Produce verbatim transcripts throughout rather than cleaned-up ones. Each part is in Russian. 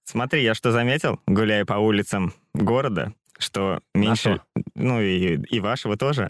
Смотри, я что заметил, гуляя по улицам города, что меньше, ну и, и вашего тоже,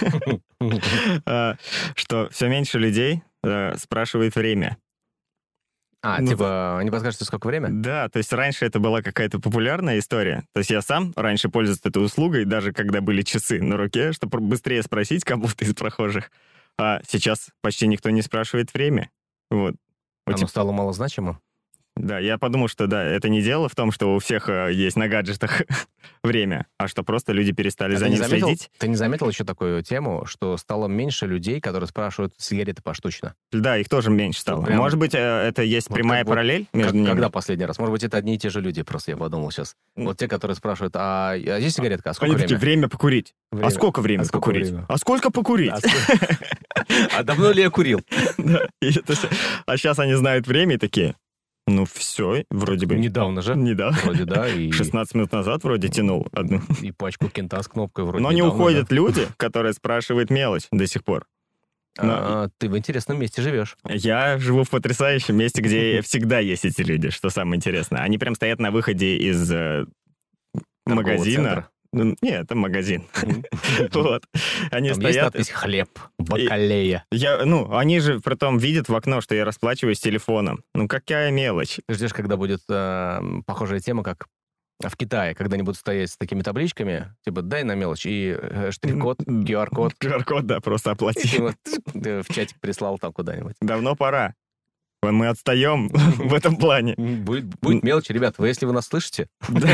что все меньше людей спрашивает время. А, Ну, типа, не подскажете, сколько время? Да, то есть раньше это была какая-то популярная история. То есть я сам раньше пользовался этой услугой, даже когда были часы на руке, чтобы быстрее спросить кому-то из прохожих. А сейчас почти никто не спрашивает время. Вот. Вот Оно типа- стало малозначимым? Да, я подумал, что да, это не дело в том, что у всех э, есть на гаджетах время, а что просто люди перестали А за ты не ним заметил- следить. Ты не заметил еще такую тему, что стало меньше людей, которые спрашивают сигареты поштучно? Да, их тоже меньше стало. Прямо- Может быть, э, это есть Вот прямая как вот- параллель между Как- ними? Когда последний раз? Может быть, это одни и те же люди, просто я подумал сейчас. М. Вот те, которые спрашивают, а, а здесь сигаретка, а сколько Они такие, время? время покурить. Время. А сколько времени А сколько покурить? время? А сколько покурить? А сколько- А давно ли я курил? Да, и это всё. А сейчас они знают время и такие, ну все, вроде бы. Недавно же. Не да. Вроде, да, и, шестнадцать минут назад вроде тянул одну. и пачку кента с кнопкой вроде Но не недавно, уходят да. люди, которые спрашивают мелочь до сих пор. А, ты в интересном месте живешь. Я живу в потрясающем месте, где всегда есть эти люди, что самое интересное. Они прям стоят на выходе из э, Торгового магазина. центра. Ну, Нет, это магазин. Вот. Они Там есть стоят. надпись «Хлеб», «Бакалея». Я, ну, они же притом видят в окно, что я расплачиваюсь телефоном. Ну, какая мелочь. Ты ждешь, когда будет э, похожая тема, как в Китае, когда они будут стоять с такими табличками, типа «дай на мелочь» и э, штрих-код, ку ар-код. ку ар-код, да, просто И оплати. вот ты в чатик прислал там куда-нибудь. Давно пора. Мы отстаем в этом плане. Будет, будет мелочь, ребят. Вы, если вы нас слышите,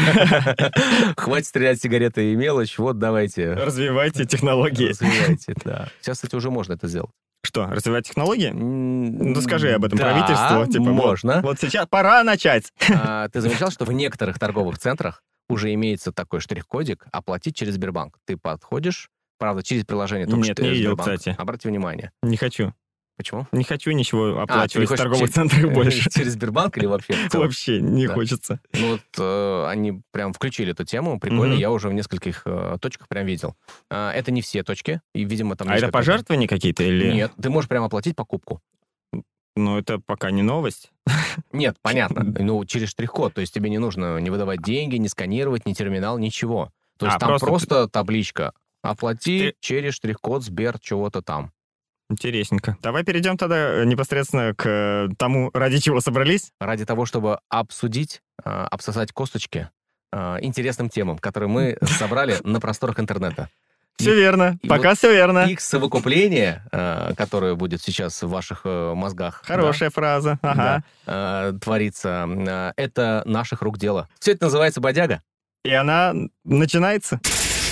хватит стрелять сигареты и мелочь, вот давайте. Развивайте технологии. Развивайте, да. Сейчас, кстати, уже можно это сделать. Что, развивать технологии? Ну, Ну, скажи об этом правительству. Типа, вот- можно. Вот сейчас пора начать. А, ты замечал, что в некоторых торговых центрах уже имеется такой штрих-кодик «Оплатить через Сбербанк». Ты подходишь, правда, через приложение, только Нет, что не видел, Сбербанк. кстати. Обрати внимание. Не хочу. Почему? Не хочу ничего А, ты не оплачивать в хочешь торговых через- центрах больше. Через Сбербанк или вообще? в целом? Вообще не Да. хочется. Ну вот э, они прям включили эту тему, прикольно, Мгм. я уже в нескольких э, точках прям видел. А, это не все точки, и, видимо, там А есть это какая-то- пожертвования какие-то или... Нет, ты можешь прямо оплатить покупку. Ну, это пока не новость. Нет, понятно. Ну, через штрих-код, то есть тебе не нужно не выдавать деньги, не сканировать, ни терминал, ничего. То есть А, там просто просто, табличка. Оплати Ты- через штрих-код Сбер чего-то там. Интересненько. Давай перейдем тогда э, непосредственно к э, тому, ради чего собрались. Ради того, чтобы обсудить, э, обсосать косточки э, интересным темам, которые мы собрали на просторах интернета. Все верно. и Пока вот все верно. Их совокупление, э, которое будет сейчас в ваших э, мозгах, да, Хорошая фраза. Ага. да, э, творится, э, это наших рук дело. Все это называется бодяга. И она начинается.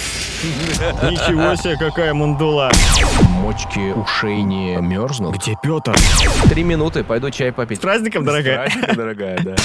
Ничего себе, какая мундула. Мочки ушей не мерзнут. Где Петр? Три минуты, пойду чай попить. С праздником, дорогая. С праздником, дорогая, да.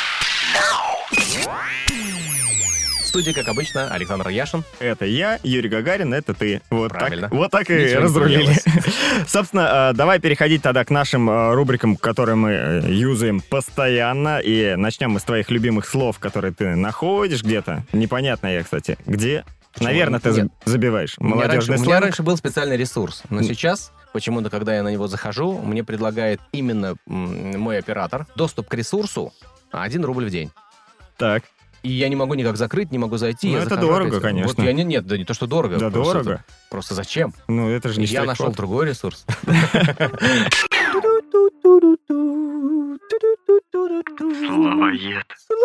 В студии, как обычно, Александр Яшин. Это я, Юрий Гагарин, это ты. Вот Правильно. так, вот так и Ничего не разрулили. Собственно, э, давай переходить тогда к нашим э, рубрикам, которые мы э, юзаем постоянно. И начнем мы с твоих любимых слов, которые ты находишь где-то. Непонятно я, кстати, где. Почему? Наверное, ты Нет. забиваешь У меня, раньше, молодежный у меня сленг. раньше был специальный ресурс, но сейчас, почему-то, когда я на него захожу, мне предлагает именно м, мой оператор доступ к ресурсу один рубль в день. Так, И я не могу никак закрыть, не могу зайти. Ну, я это захожу дорого, опять. конечно. Вот я не, нет, да не то, что дорого. да просто дорого. это- Просто зачем? Ну, это же не Я штрих-код. нашел другой ресурс. Словоед.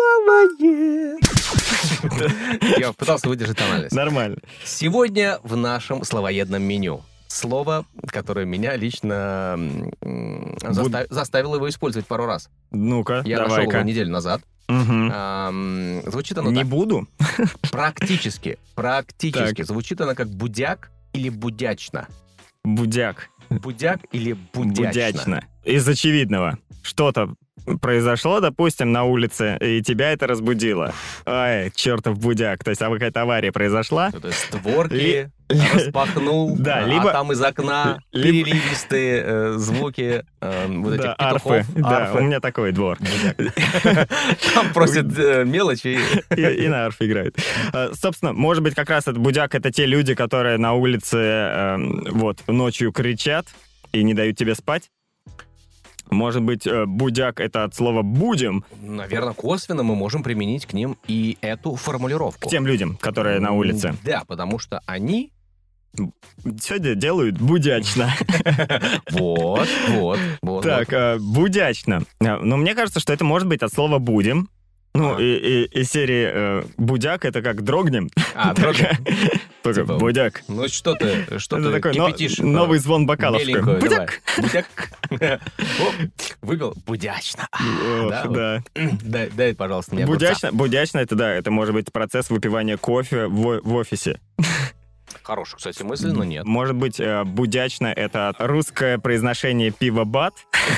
Я пытался выдержать тональность. Нормально. Сегодня в нашем словоедном меню слово, которое меня лично м, заста- заставило его использовать пару раз. Ну-ка, Я нашел давай-ка. его неделю назад. Мгм. Ам, звучит оно Не так. буду. Практически. Практически. Так. Звучит оно как будяк или будячно. Будяк. Будяк или будячно. Будячно. Из очевидного. Что-то произошло, допустим, на улице, и тебя это разбудило. Ай, чертов будяк. То есть а какая-то авария произошла. То есть створки Ли- распахнул, Да, а либо- там из окна Либо- переливистые э, звуки э, вот этих Да, петухов, арфы. Да, арфы. у меня такой двор. Там просят э, мелочи. И, и на арфе играют. А, Собственно, может быть, как раз этот будяк — это те люди, которые на улице эм, вот ночью кричат и не дают тебе спать. Может быть, э, будяк — это от слова «будем»? Наверное, косвенно мы можем применить к ним и эту формулировку. К тем людям, которые на улице. Да, потому что они... Сегодня делают будячно. Вот, вот, вот. Так, э, будячно. Э, Но мне кажется, что это может быть от слова «будем». Ну, А. и, и- из серии э, «будяк» — это как «дрогнем». А, дрогнем. Только Типа, «будяк». Ну что ты, что Это ты такой но- кипятишь? новый звон бокалов. такой, Беленькую, «Будяк». давай. Будяк. Оп, выпил. Будячно. А, Ох, да, вот. да. Дай, дай, пожалуйста, мне огурца. Будячно, будячно — это да, это может быть процесс выпивания кофе в, в офисе. Хорошая, кстати, мысль, но нет. Может быть, э, будячно — это русское произношение пива «бат».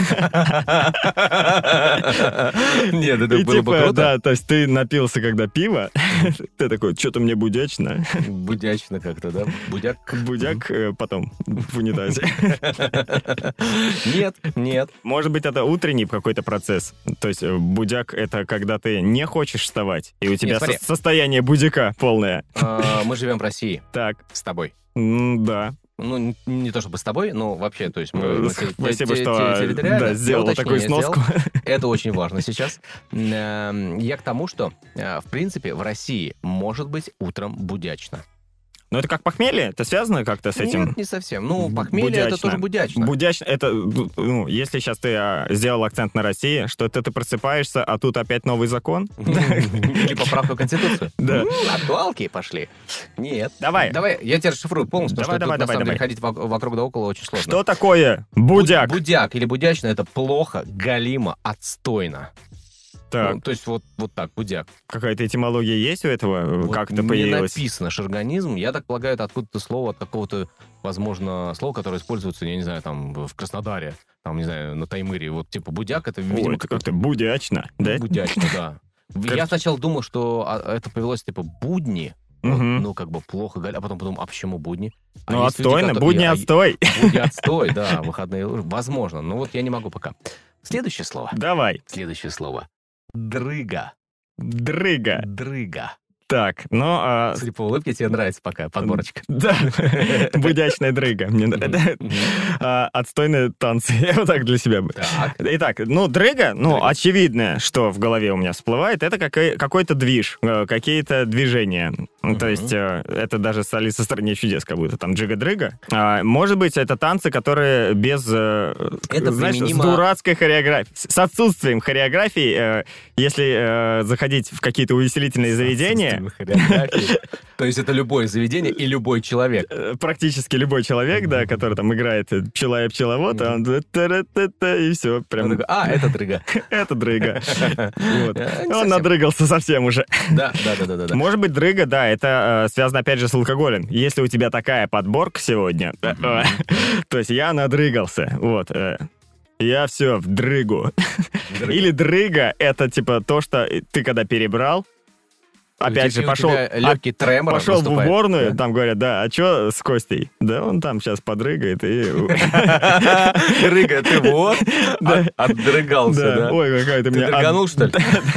Нет, это И было бы типа, круто. да, то есть ты напился, когда пиво, ты такой, что-то мне будячно. Будячно как-то, да? Будяк. Будяк э, потом в унитазе. Нет, нет. Может быть, это утренний какой-то процесс. То есть э, будяк — это когда ты не хочешь вставать, и у тебя смотри. со- состояние будяка полное. А, Мы живем в России Так, с тобой. м, да. Ну, н- не то чтобы с тобой, но вообще, то есть мы... мы те- Спасибо, те- что те- территориально. да, Я сделал такую уточнение сноску. сделал. Это очень важно сейчас. Эм, Я к тому, что, э, в принципе, в России может быть утром будячно. Но это как похмелье? Это связано как-то с этим? Нет, не совсем. Ну, похмелье — это Будячно. тоже будячно. Будячно — это, ну, если сейчас ты а, сделал акцент на России, что это ты просыпаешься, а тут опять новый закон? Или поправку в Конституцию. Да. М, Актуалки пошли. Нет. Давай. Давай, я тебя расшифрую полностью, Давай, потому что давай, тут, на давай, самом деле, давай. ходить вок- вокруг да около очень сложно. Что такое будяк? Буд- Будяк или будячно — это плохо, галимо, отстойно. Так, Ну, то есть вот, вот так, будяк. какая-то этимология есть у этого? Вот Как это не появилось? написано шарганизм. Я так полагаю, это откуда-то слово, от какого-то, возможно, слова, которое используется, я не знаю, там, в Краснодаре, там, не знаю, на Таймыре. Вот, типа, будяк — это, Ой, видимо, это как-то будячно, да? будячно, да. Я сначала думал, что а, это повелось, типа, будни, вот, Мгм. ну, как бы плохо, галь- а потом подумал, а почему будни? А Ну, есть люди, отстойно, которые- будни а, отстой. Будни отстой, да, выходные, возможно. Но вот я не могу пока. Следующее слово. Давай. Следующее слово. Дрыга. Дрыга. Дрыга. Так, ну... а, Судя по улыбке, тебе нравится пока подборочка. Да, будячная дрыга. Мне нравится. А, Отстойные танцы. Я вот так для себя бы. Так. Итак, ну, дрыга, ну, Дрыга. очевидное, что в голове у меня всплывает, это какой- какой-то движ, э, какие-то движения. Ну, То Мгм. есть э, это даже с «Алисой в стране чудес», как будто там джига-дрыга. А, Может быть, это танцы, которые без, э, Это знаешь, применимо- с дурацкой хореографией, с отсутствием хореографии, э, если э, заходить в какие-то увеселительные заведения, Хореографии. То есть это любое заведение и любой человек. э, практически любой человек, да, который там играет э, пчела и пчеловод, а он та-ра-та-та, и все, Он прям такой, а, это дрыга. это дрыга. Вот. Э, не Он совсем. надрыгался совсем уже. Да, да, да, да, да, да. Может быть, дрыга, да, это э, связано опять же с алкоголем. Если у тебя такая подборка сегодня, э, э, то есть я надрыгался, вот. э, Я все в дрыгу. Дрыга. Или дрыга — это типа то, что ты когда перебрал, опять же, пошел, легкий тремор пошел в наступает. уборную, Да. там говорят, да, а что с Костей? Да он там сейчас подрыгает и... Дрыга, ты вот Да. от- отдрыгался, Да, да? ой, какая ты Ты меня... дрыганул, что ли?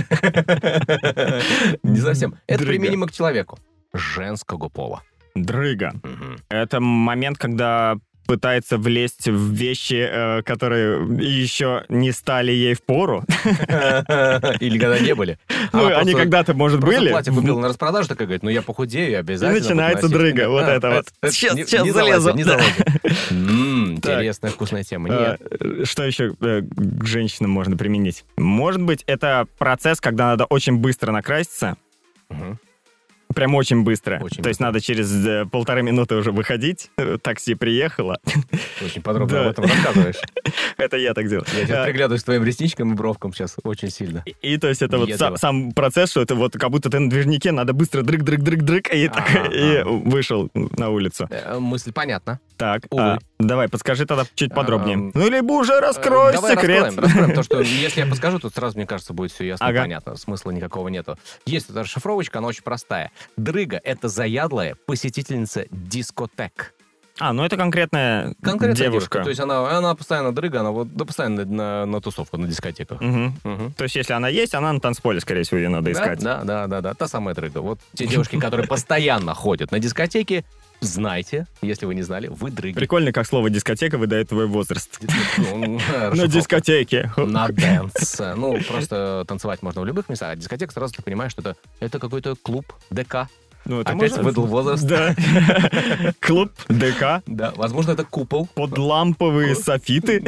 Не совсем. Это Дрыга. применимо к человеку. Женского пола. Дрыга. Мгм. Это момент, когда пытается влезть в вещи, э, которые еще не стали ей в пору. Или когда не были. Ну, Она они просто- когда-то, может, Просто были. платье купила на распродаже, такая говорит, ну я похудею, И обязательно буду начинается носить. дрыга, вот А, это вот. Сейчас, не- сейчас не залезу. залазит, не Да. залазит. М, Так. Интересная, вкусная тема. А, Нет. Что еще э, к женщинам можно применить? Может быть, это процесс, когда надо очень быстро накраситься. Мгм. Прям очень быстро. Очень То есть быстро. надо через э, полторы минуты уже выходить. Э, Такси приехало. Очень подробно Да. об этом рассказываешь. Это я так делал. Я сейчас А, приглядываюсь к твоим ресничкам и бровкам сейчас очень сильно. И, и то есть это вот Е сам, дело. сам процесс, что это вот как будто ты на движнике, надо быстро дрык-дрык-дрык-дрык, и, так, Ага, и ага. вышел на улицу. Э, Мысль понятна. Так, Увы. а, давай, подскажи тогда чуть подробнее. Ам, Ну, либо уже раскрой Э, Давай секрет. раскроем, раскроем, потому что если я подскажу, то сразу, мне кажется, будет все ясно и Ага. понятно. Смысла никакого нету. Есть эта расшифровочка, она очень простая. Дрыга — это заядлая посетительница дискотек. А, ну это конкретная Конкретная девушка. девушка. То есть она, она постоянно дрыга, она вот да, постоянно на, на тусовку, на дискотеках. Мгм. Мгм. То есть если она есть, она на танцполе, скорее всего, ее надо Да, искать. да, да, да, да, та самая дрыга. Вот те девушки, которые постоянно ходят на дискотеки, знайте, если вы не знали, вы дрыги. Прикольно, как слово «дискотека» выдает твой возраст. Ну, хорошо. На дискотеке. На дэнс. Ну, просто танцевать можно в любых местах. А дискотека, сразу ты понимаешь, что это, это какой-то клуб, ДК. Ну, это Опять можно- выдал возраст. Да. Клуб, ДК, Да, возможно, это купол. подламповые софиты.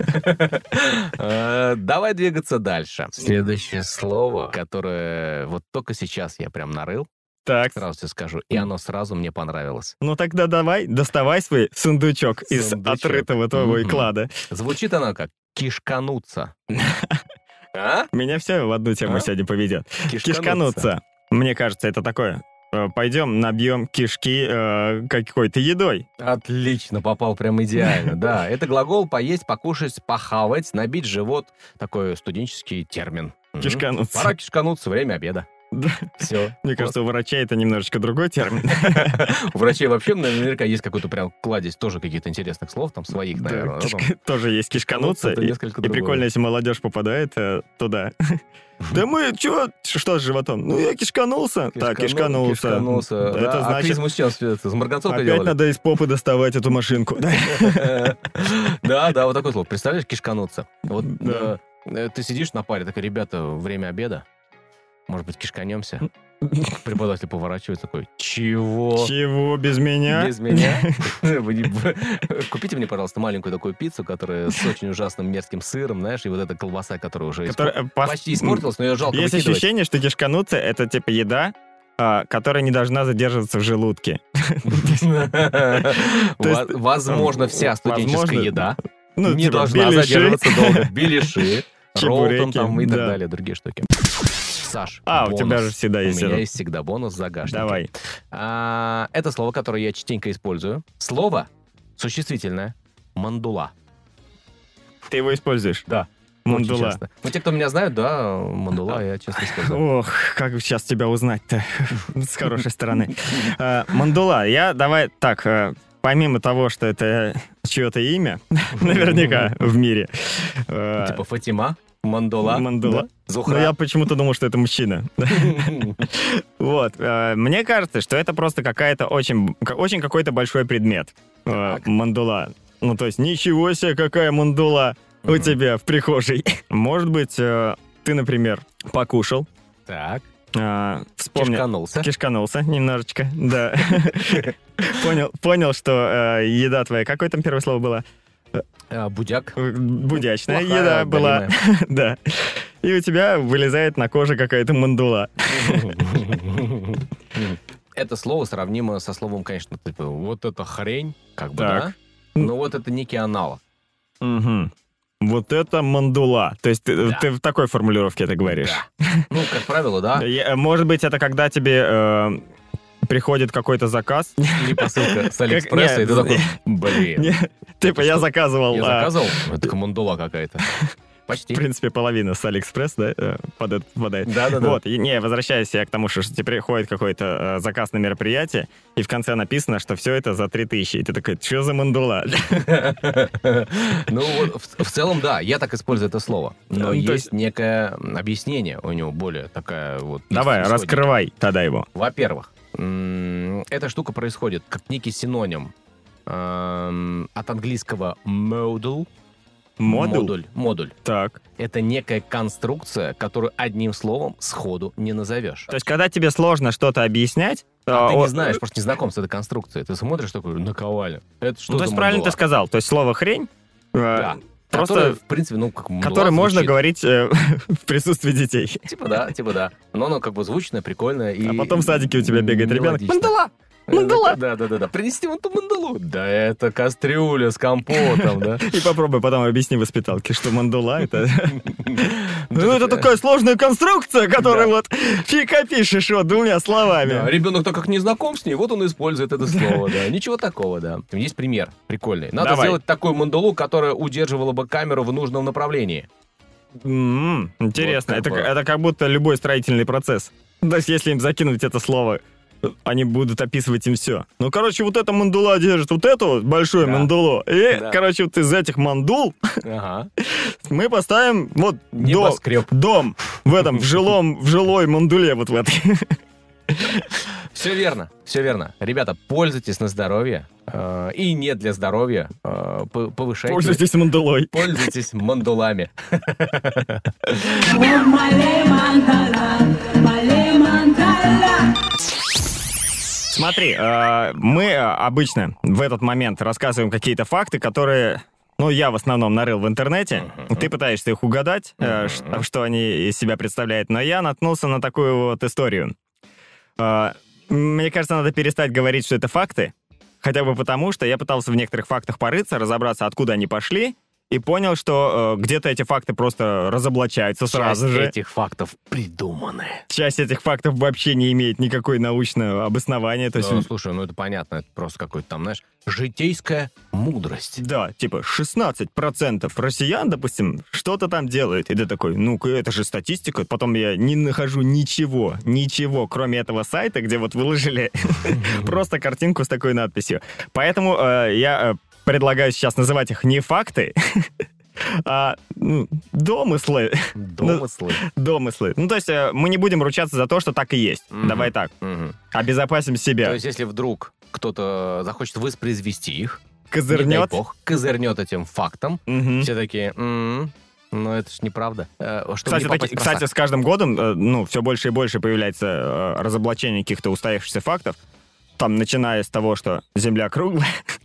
Э, Давай двигаться дальше. Следующее слово, которое вот только сейчас я прям нарыл, Так, сразу тебе скажу, и оно сразу мне понравилось. ну тогда давай, доставай свой сундучок из Сундучок. отрытого твоего Мгм. клада. Звучит оно как «кишкануться». А? Меня все в одну тему А? сегодня поведет. Кишкануться. Мне кажется, это такое. э, Пойдем набьем кишки э, какой-то едой. Отлично, попал прям идеально, да. Это глагол «поесть», «покушать», «похавать», «набить живот». Такой студенческий термин. Мгм. Кишкануться. Пора кишкануться, время обеда. Да. Все. Мне кажется, у врача это немножечко другой термин. У врачей вообще наверняка есть какой-то прям кладезь тоже каких-то интересных слов, там своих, Да, наверное. кишка- Тоже есть кишкануться. Это И несколько и другое. прикольно, если молодежь попадает э, туда. Да мы, чё, что с животом? Ну, я кишканулся. Так, кишканулся. Кишканулся. Это Да, а значит, клизму с чем связано? С марганцовкой опять делали? надо из попы доставать эту машинку. Да, да, вот такое слово. Представляешь, кишкануться. Вот Да. э, ты сидишь на паре, такой, ребята, время обеда. Может быть, кишканемся? Преподаватель поворачивается такой, чего? Чего, без меня? Без меня? Вы не- Купите мне, пожалуйста, маленькую такую пиццу, которая с очень ужасным мерзким сыром, знаешь, и вот эта колбаса, которая уже Который, испор- э, пос- почти испортилась, но ее жалко Есть выкидывать. ощущение, что кишкануться — это типа еда, а, которая не должна задерживаться в желудке. Во- Возможно, вся студенческая возможно, еда Ну, не типа должна беляши. задерживаться долго. Беляши, роллтон Чебуреки, там и так да. далее, другие штуки. Саш, А, у бонус. тебя же всегда У есть меня этот. есть всегда бонус в загашнике. Давай. А, это слово, которое я частенько использую. Слово существительное мандула. Ты его используешь? Да. Мандула. Очень часто. Ну, те, кто меня знают, да, мандула я часто использую. Ох, как сейчас тебя узнать-то с хорошей стороны. А, Мандула, я давай так, э, помимо того, что это чье-то имя, наверняка в мире. э, Типа Фатима, мандула. Мандула. да, Но Зухра. я почему-то думал, что это мужчина. Вот. э, Мне кажется, что это просто какая-то очень, ка- очень какой-то большой предмет. э, Так. Мандула. Ну, то есть, ничего себе, какая мандула у Мгм. тебя в прихожей. Может быть, э, ты, например, покушал, Так, э, вспомнил, кишканулся. кишканулся немножечко, да. Понял, понял, что э, еда твоя, какое там первое слово было? А, Будяк. Э, Будячная Плохая, еда была, отдалимая. да. И у тебя вылезает на коже какая-то мандула. Это слово сравнимо со словом, конечно, типа, вот это хрень, как бы, Так. да? Но вот это некий аналог. Мгм. Вот это мандула. То есть ты, Да. ты в такой формулировке это говоришь? Да. Ну, как правило, да. Я- Может быть, это когда тебе э, приходит какой-то заказ. Или посылка с Алиэкспресса, и ты нет, такой, блин. Не, Типа я что? заказывал, Я а, заказывал? Это мандула какая-то. Почти. в принципе, половина с Алиэкспресс, да, э, под это попадает. Да-да-да. Вот, и, не, возвращаясь я к тому, что тебе приходит какой-то э, заказ на мероприятие, и в конце написано, что все это за три тысячи. И ты такой, что за мандула? Ну, вот в, в целом, да, я так использую это слово. Но Ну, то есть есть- некое объяснение у него более такая вот... Давай, исходник. раскрывай тогда его. Во-первых, м, эта штука происходит как некий синоним эм, от английского module. Модуль? Модуль. Модуль. Так. Это некая конструкция, которую одним словом сходу не назовешь. То есть, когда тебе сложно что-то объяснять... А э, ты о- не знаешь, просто не знаком с этой конструкцией. Ты смотришь такой, наковальня. Это что Ну, то за есть, правильно мандула? ты сказал. То есть, слово «хрень», э, Да. просто- Которое, в принципе, ну, как мандула которое можно звучит. говорить э, в присутствии детей. Типа да, типа да. Но оно как бы звучное, прикольное и... А потом в садике у тебя бегает ребенок. мелодично. Мандула! Мандула! Да, да, да, да. Принести вон ту мандулу. Да это кастрюля с компотом, да. И попробуй потом объясни воспиталке, что мандула — это... Ну, Ну, это так, такая сложная конструкция, которую Да. вот фиг опишешь вот двумя Да, словами. ребенок так как не знаком с ней, вот он использует это слово, да. Ничего такого, да. Есть пример прикольный. Надо Давай. сделать такую мандулу, которая удерживала бы камеру в нужном направлении. М, Интересно. Вот Это такое. это как будто любой строительный процесс. То есть, если им закинуть это слово, они будут описывать им все. Ну, короче, вот эта мандула держит вот эту вот большую Да. мандулу. И, Да. короче, вот из этих мандул Ага. мы поставим вот дом, Небоскреб. дом в этом, в жилом, в жилой мандуле вот в этой. Все верно, все верно. Ребята, пользуйтесь на здоровье. э, И не для здоровья. э, п- Повышайте. Пользуйтесь мандулой. Пользуйтесь мандулами. Смотри, э, мы обычно в этот момент рассказываем какие-то факты, которые, ну, я в основном нарыл в интернете. Мгм. Ты пытаешься их угадать, э, Мгм. ш- что они из себя представляют, но я наткнулся на такую вот историю. Э, Мне кажется, надо перестать говорить, что это факты, хотя бы потому, что я пытался в некоторых фактах порыться, разобраться, откуда они пошли, и понял, что э, где-то эти факты просто разоблачаются сразу Часть же. этих фактов придуманы. Часть этих фактов вообще не имеет никакой научного обоснования. То есть, Ну, слушай, ну это понятно, это просто какой-то там, знаешь, житейская мудрость. да, типа шестнадцать процентов россиян, допустим, что-то там делают. И ты такой, ну-ка, это же статистика. Потом я не нахожу ничего, ничего, кроме этого сайта, где вот выложили просто картинку с такой надписью. Поэтому э, я э, предлагаю сейчас называть их не факты, а ну, домыслы. Домыслы. Домыслы. Ну, то есть э, мы не будем ручаться за то, что так и есть. Мгм. Давай так. Мгм. Обезопасим То себя. есть, если вдруг кто-то захочет воспроизвести их, не дай Козырнет. бог, козырнет этим фактом, Мгм. все такие, «М, ну это ж неправда. Э, чтобы Кстати, не таки- попасть в кстати, просак. с каждым годом, э, ну, все больше и больше появляется э, разоблачение каких-то устоявшихся фактов. Там, начиная с того, что Земля круглая.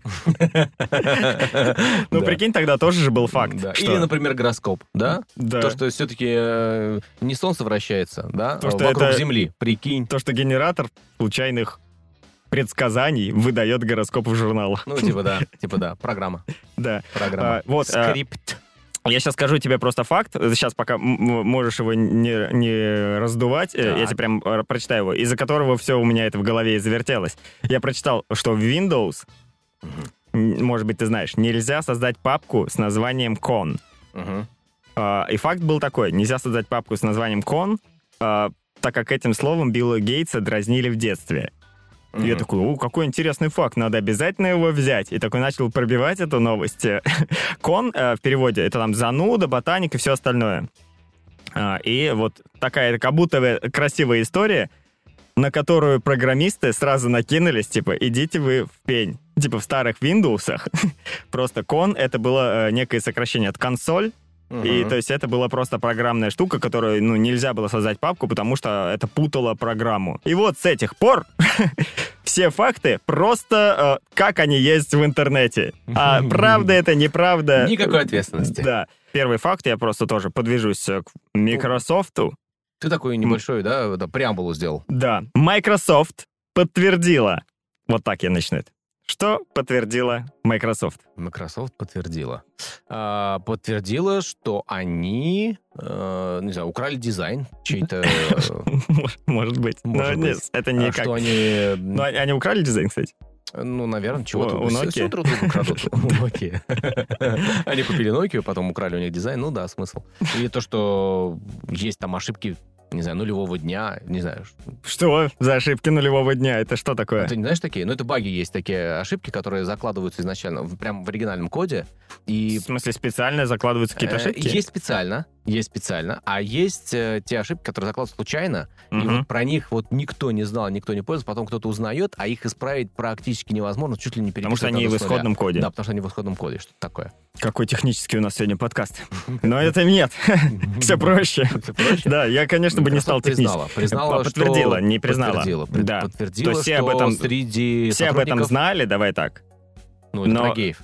Ну, Да. прикинь, тогда тоже же был факт. Да. что- Или, например, гороскоп, да? Да. То, что все-таки не Солнце вращается, да, То, что вокруг это- Земли, прикинь. То, что генератор случайных предсказаний выдает гороскоп в журналах. Ну, типа да, типа да, программа, Да. программа. А, вот, а, Скрипт. Я сейчас скажу тебе просто факт. Сейчас пока м- м- можешь его не, не раздувать. э, Я Так. тебе прям э, прочитаю его. Из-за которого все у меня это в голове и завертелось. Я прочитал, что в Windows, м, может быть, ты знаешь, нельзя создать папку с названием con. Мгм. А, И факт был такой. Нельзя создать папку с названием con, а, так как этим словом Билла Гейтса дразнили в детстве. И я Мгм. такой, о, какой интересный факт, надо обязательно его взять. И такой начал пробивать эту новость. Кон э, в переводе это там зануда, ботаник и все остальное. А, и вот такая как будто бы красивая история, на которую программисты сразу накинулись, типа, идите вы в пень. Типа в старых Windows просто кон это было э, некое сокращение от консоль. И Мгм. то есть это была просто программная штука, которую, ну, нельзя было создать папку, потому что это путало программу. И вот с этих пор все факты просто э, как они есть в интернете. А правда это, неправда... Никакой ответственности. Да. Первый факт, я просто тоже подвяжусь э, к Microsoft. Ты такой небольшой, да, да, преамбулу сделал. Да. Microsoft подтвердила. Вот так я начну это. Что подтвердила Microsoft? Microsoft подтвердила. А, подтвердила, что они, э, не знаю, украли дизайн чей-то. э, Может- Может быть. Но Может нет, быть. это а не как... Что они, Ну, они они украли дизайн, кстати? ну, наверное, чего-то. У- у Всё- Nokia? всё друг друга крадут. У Nokia. Они купили Nokia, потом украли у них дизайн. Ну да, смысл. И то, что есть там ошибки, не знаю, нулевого дня, не знаю. Что за ошибки нулевого дня? Это что такое? Ты не знаешь такие? Ну, это баги есть, такие ошибки, которые закладываются изначально в- прям в оригинальном коде. И В смысле, специально закладываются какие-то Э, ошибки? Есть специально, есть специально, а есть э, те ошибки, которые закладываются случайно, и Мгм. вот про них вот никто не знал, никто не пользовался, потом кто-то узнает, а их исправить практически невозможно, чуть ли не Потому что переписывать они надо в с нуля. исходном коде. Да, потому что они в исходном коде, что-то такое. Какой технический у нас сегодня подкаст. Но это нет. Все проще. Всё проще? Да, я, конечно, бы не стал Microsoft признала, технически. признала, Подтвердила, что... не признала. Подтвердила, пред- Да. подтвердила, То есть все что об этом- среди Все об этом сотрудников- знали, давай так. Ну, это но- про геев,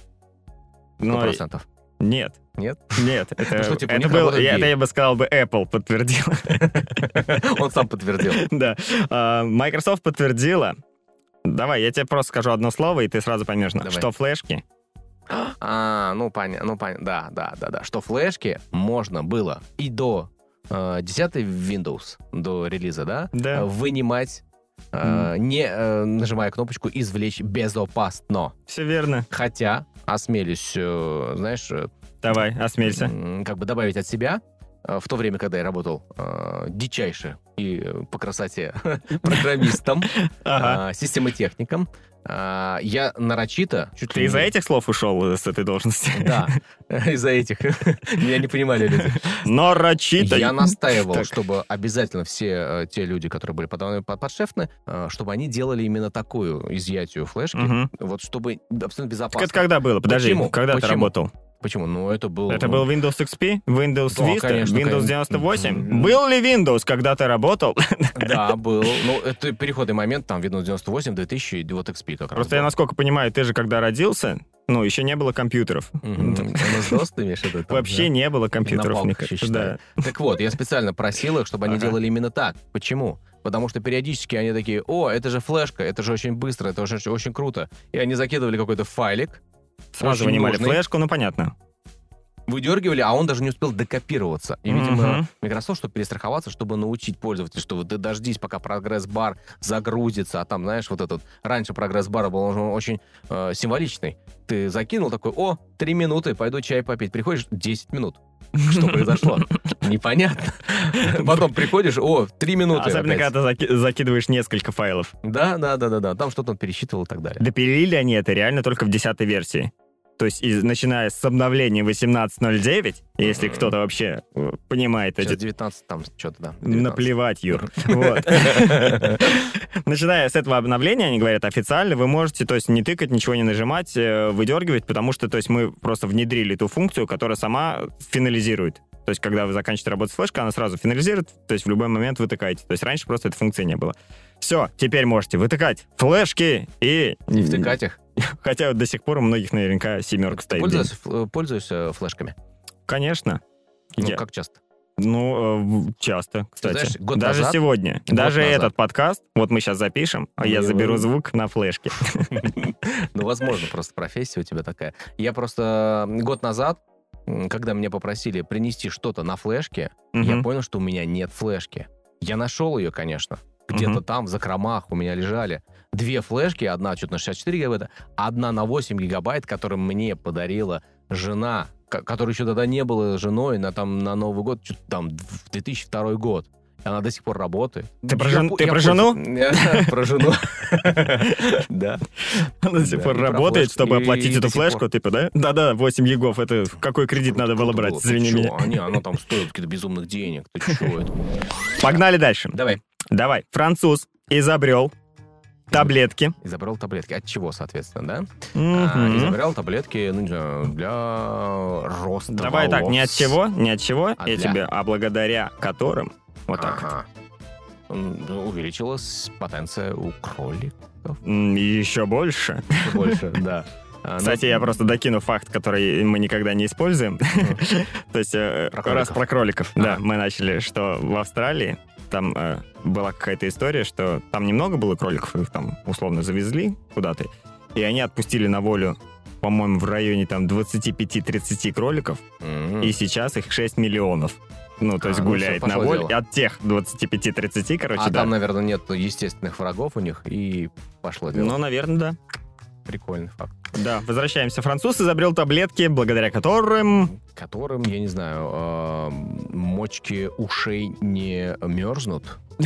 сто Но процентов. нет. Нет? Нет, это, что, типа, у это них был, работают я, это геи. я бы сказал бы Apple подтвердил. Он сам подтвердил. Да. А, Microsoft подтвердила. Давай, я тебе просто скажу одно слово, и ты сразу поймешь, Давай. что флешки. А, ну понятно, ну понятно, да, да, да, да. Что флешки можно было и до э, десятой Windows, до релиза, да, Да. вынимать, э, не э, нажимая кнопочку «Извлечь безопасно». Все верно. Хотя, осмелюсь, э, знаешь, э, Давай, осмелься. м, как бы добавить от себя, в то время, когда я работал э, дичайше и по красоте программистом, Ага. э, системотехником, э, я нарочито... Чуть Ты ли из-за не- этих слов ушел с этой должности? Да, из-за этих. Меня не понимали люди. Нарочито. Я настаивал, Так. чтобы обязательно все э, те люди, которые были поданы под подшефны, э, чтобы они делали именно такую изъятию флешки, Мгм. вот чтобы абсолютно Так безопасно. это когда было? Подожди, Почему? когда ты Почему? работал? Почему? Ну, это был... Это ну, был Windows икс пи, Windows Да, Vista, конечно, Windows конечно. девяносто восемь. Мгм. Был ли Windows, когда ты работал? Да, был. Ну, это переходный момент, там, Windows девяносто восемь, две тысячи, и вот икс пи как раз Просто я, был. насколько понимаю, ты же когда родился, ну, еще не было компьютеров. Мгм. эм эс дос ты имеешь в виду? Там, Вообще да? не было компьютеров, На мне палках еще кажется. Да. считали. Так вот, я специально просил их, чтобы они Ага. делали именно так. Почему? Потому что периодически они такие: о, это же флешка, это же очень быстро, это очень, очень круто. И они закидывали какой-то файлик, Сразу очень вынимали нужный, флешку, ну, понятно. выдергивали, а он даже не успел докопироваться. И, видимо, Мгм. Microsoft, чтобы перестраховаться, чтобы научить пользователя, что вот ты дождись, пока прогресс-бар загрузится, а там, знаешь, вот этот... Раньше прогресс-бар был он очень э, символичный. Ты закинул такой: о, три минуты, пойду чай попить. Приходишь, десять минут. Что произошло? Непонятно. Потом приходишь: о, три минуты. Особенно, опять. когда ты заки- закидываешь несколько файлов. Да, да, да, да, да. Там что-то он пересчитывал и так далее. Допилили они это реально только в десятой версии. То есть, из- начиная с обновления восемнадцать ноль девять, если Мгм. кто-то вообще э, понимает Сейчас эти... девятнадцать там что-то, да. девятнадцать. Наплевать, Юр. Вот. Начиная с этого обновления, они говорят, официально вы можете, то есть, не тыкать, ничего не нажимать, э, выдергивать, потому что, то есть, мы просто внедрили ту функцию, которая сама финализирует. То есть, когда вы заканчиваете работать с флешкой, она сразу финализирует, то есть, в любой момент вы тыкаете. То есть, раньше просто этой функции не было. Все, теперь можете вытыкать флешки и... Не втыкать их. Хотя вот до сих пор у многих наверняка семерка Ты стоит. пользуешься, ф- пользуешься флешками? Конечно. Ну, Я- как часто? Ну, э, в- часто, кстати. знаешь, год Даже назад- сегодня. год Даже назад. этот подкаст, вот мы сейчас запишем, а я Мы заберу его- звук на флешке. Ну, возможно, просто профессия у тебя такая. Я просто год назад, м, когда меня попросили принести что-то на флешке, я Мгм. понял, что у меня нет флешки. Я нашел ее, конечно. Где-то Мгм. там, в закромах у меня лежали две флешки. Одна что-то на шестьдесят четыре гигабайта, одна на восемь гигабайт, которую мне подарила жена, ко- которой еще тогда не было женой, на, там, на Новый год, что-то там, в две тысячи второй год. И она до сих пор работает. Ты про Я жен- по- ты я про пользуюсь- Про жену. Да. Она до сих Да, пор и про работает, флешку, чтобы и- оплатить и эту до сих флешку, пор. типа, да? Да-да, восемь гигов, это какой кредит Круто- надо было круто брать, было. извини Ты чё? меня. А, не, оно там стоит каких-то безумных денег. Ты чё это? Погнали дальше. Давай. Давай. Француз изобрел таблетки. Изобрел таблетки. От чего, соответственно, да? Мгм. А, изобрел таблетки, ну, не знаю, для роста Давай так, не от волос. чего, не от чего, А я для? тебе, а благодаря которым, вот так, Ага. М, ну, увеличилась потенция у кроликов. М, еще больше. Больше, да. А, ну, Кстати, я просто докину факт, который мы никогда не используем. То есть, э, Про раз кроликов. про кроликов, да, Ага. мы начали, что в Австралии там э, была какая-то история, что там немного было кроликов, их там условно завезли куда-то, и они отпустили на волю, по-моему, в районе там двадцать пять тридцать кроликов, М. и сейчас их шесть миллионов. Ну, то А, есть ну гуляет всё, на пошло воле. дело. И от тех двадцать пять тридцать, короче, А да. там, наверное, нет естественных врагов у них, и пошло дело. Ну, наверное, да. Прикольный факт. Да, возвращаемся. Француз изобрел таблетки, благодаря которым... Которым, я не знаю, э, мочки ушей не мерзнут.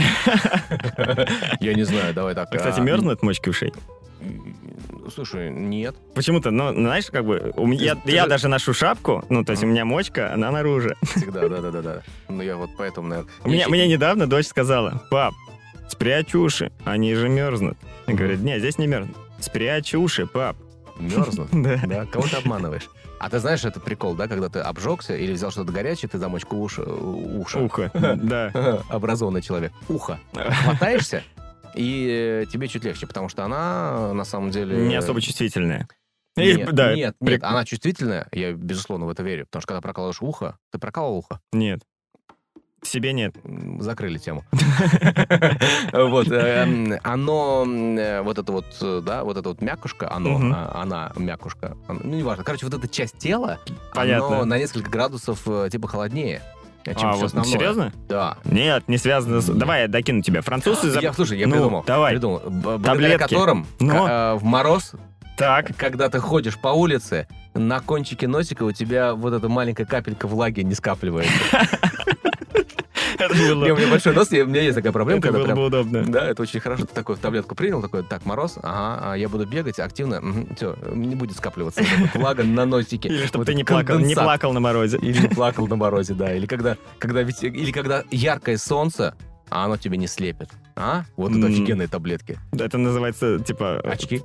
Я не знаю, давай так. А, кстати, а, мерзнут мочки ушей? Слушай, нет. Почему-то, ну, знаешь, как бы, у меня, я, Ты я же- даже ношу шапку, ну, то есть у меня мочка, она наружу. Всегда, да-да-да. Ну, я вот поэтому, наверное... Мне, мне недавно дочь сказала: пап, спрячь уши, они же мерзнут. Я говорю: не, здесь не мерзнут. Спрячь уши, пап. Мерзнут? Да. Да, кого ты обманываешь? А ты знаешь, это прикол, да, когда ты обжегся или взял что-то горячее, ты замочку уша, уша. Ухо, да. Образованный человек. Ухо. Хватаешься, и э, тебе чуть легче, потому что она, на самом деле... Не особо чувствительная. И, Нет, да, нет, при- нет, она чувствительная, я, безусловно, в это верю, потому что когда прокалываешь ухо, ты прокалывал ухо? Нет. Себе нет. М, Закрыли тему. Вот, эм, оно, э, вот это вот, э, да, вот это вот мякушка, оно, Мгм. а, она мякушка, он- ну, неважно. Короче, вот эта часть тела, Понятно. оно на несколько градусов, э, типа, холоднее, чем А, все вот основное. серьезно? Да. Нет, не связано с... Давай я докину тебя. Француз изобрел... Я, слушай, я Ну, придумал. давай. Придумал. Б- Благодаря Таблетки. которым Ну. к- э, в мороз, Так. когда ты ходишь по улице, на кончике носика у тебя вот эта маленькая капелька влаги не скапливается. Это было... У меня большой нос, у меня есть такая проблема. Это было бы удобно. Да, это очень хорошо. Ты такой в таблетку принял, такой, так, мороз, ага, я буду бегать активно, все, не будет скапливаться влага на носике. Или чтобы ты не плакал, не плакал на морозе. Или не плакал на морозе, да. Или когда, когда, или когда яркое солнце, а оно тебе не слепит. А? Вот это офигенные таблетки. Это называется, типа... Очки?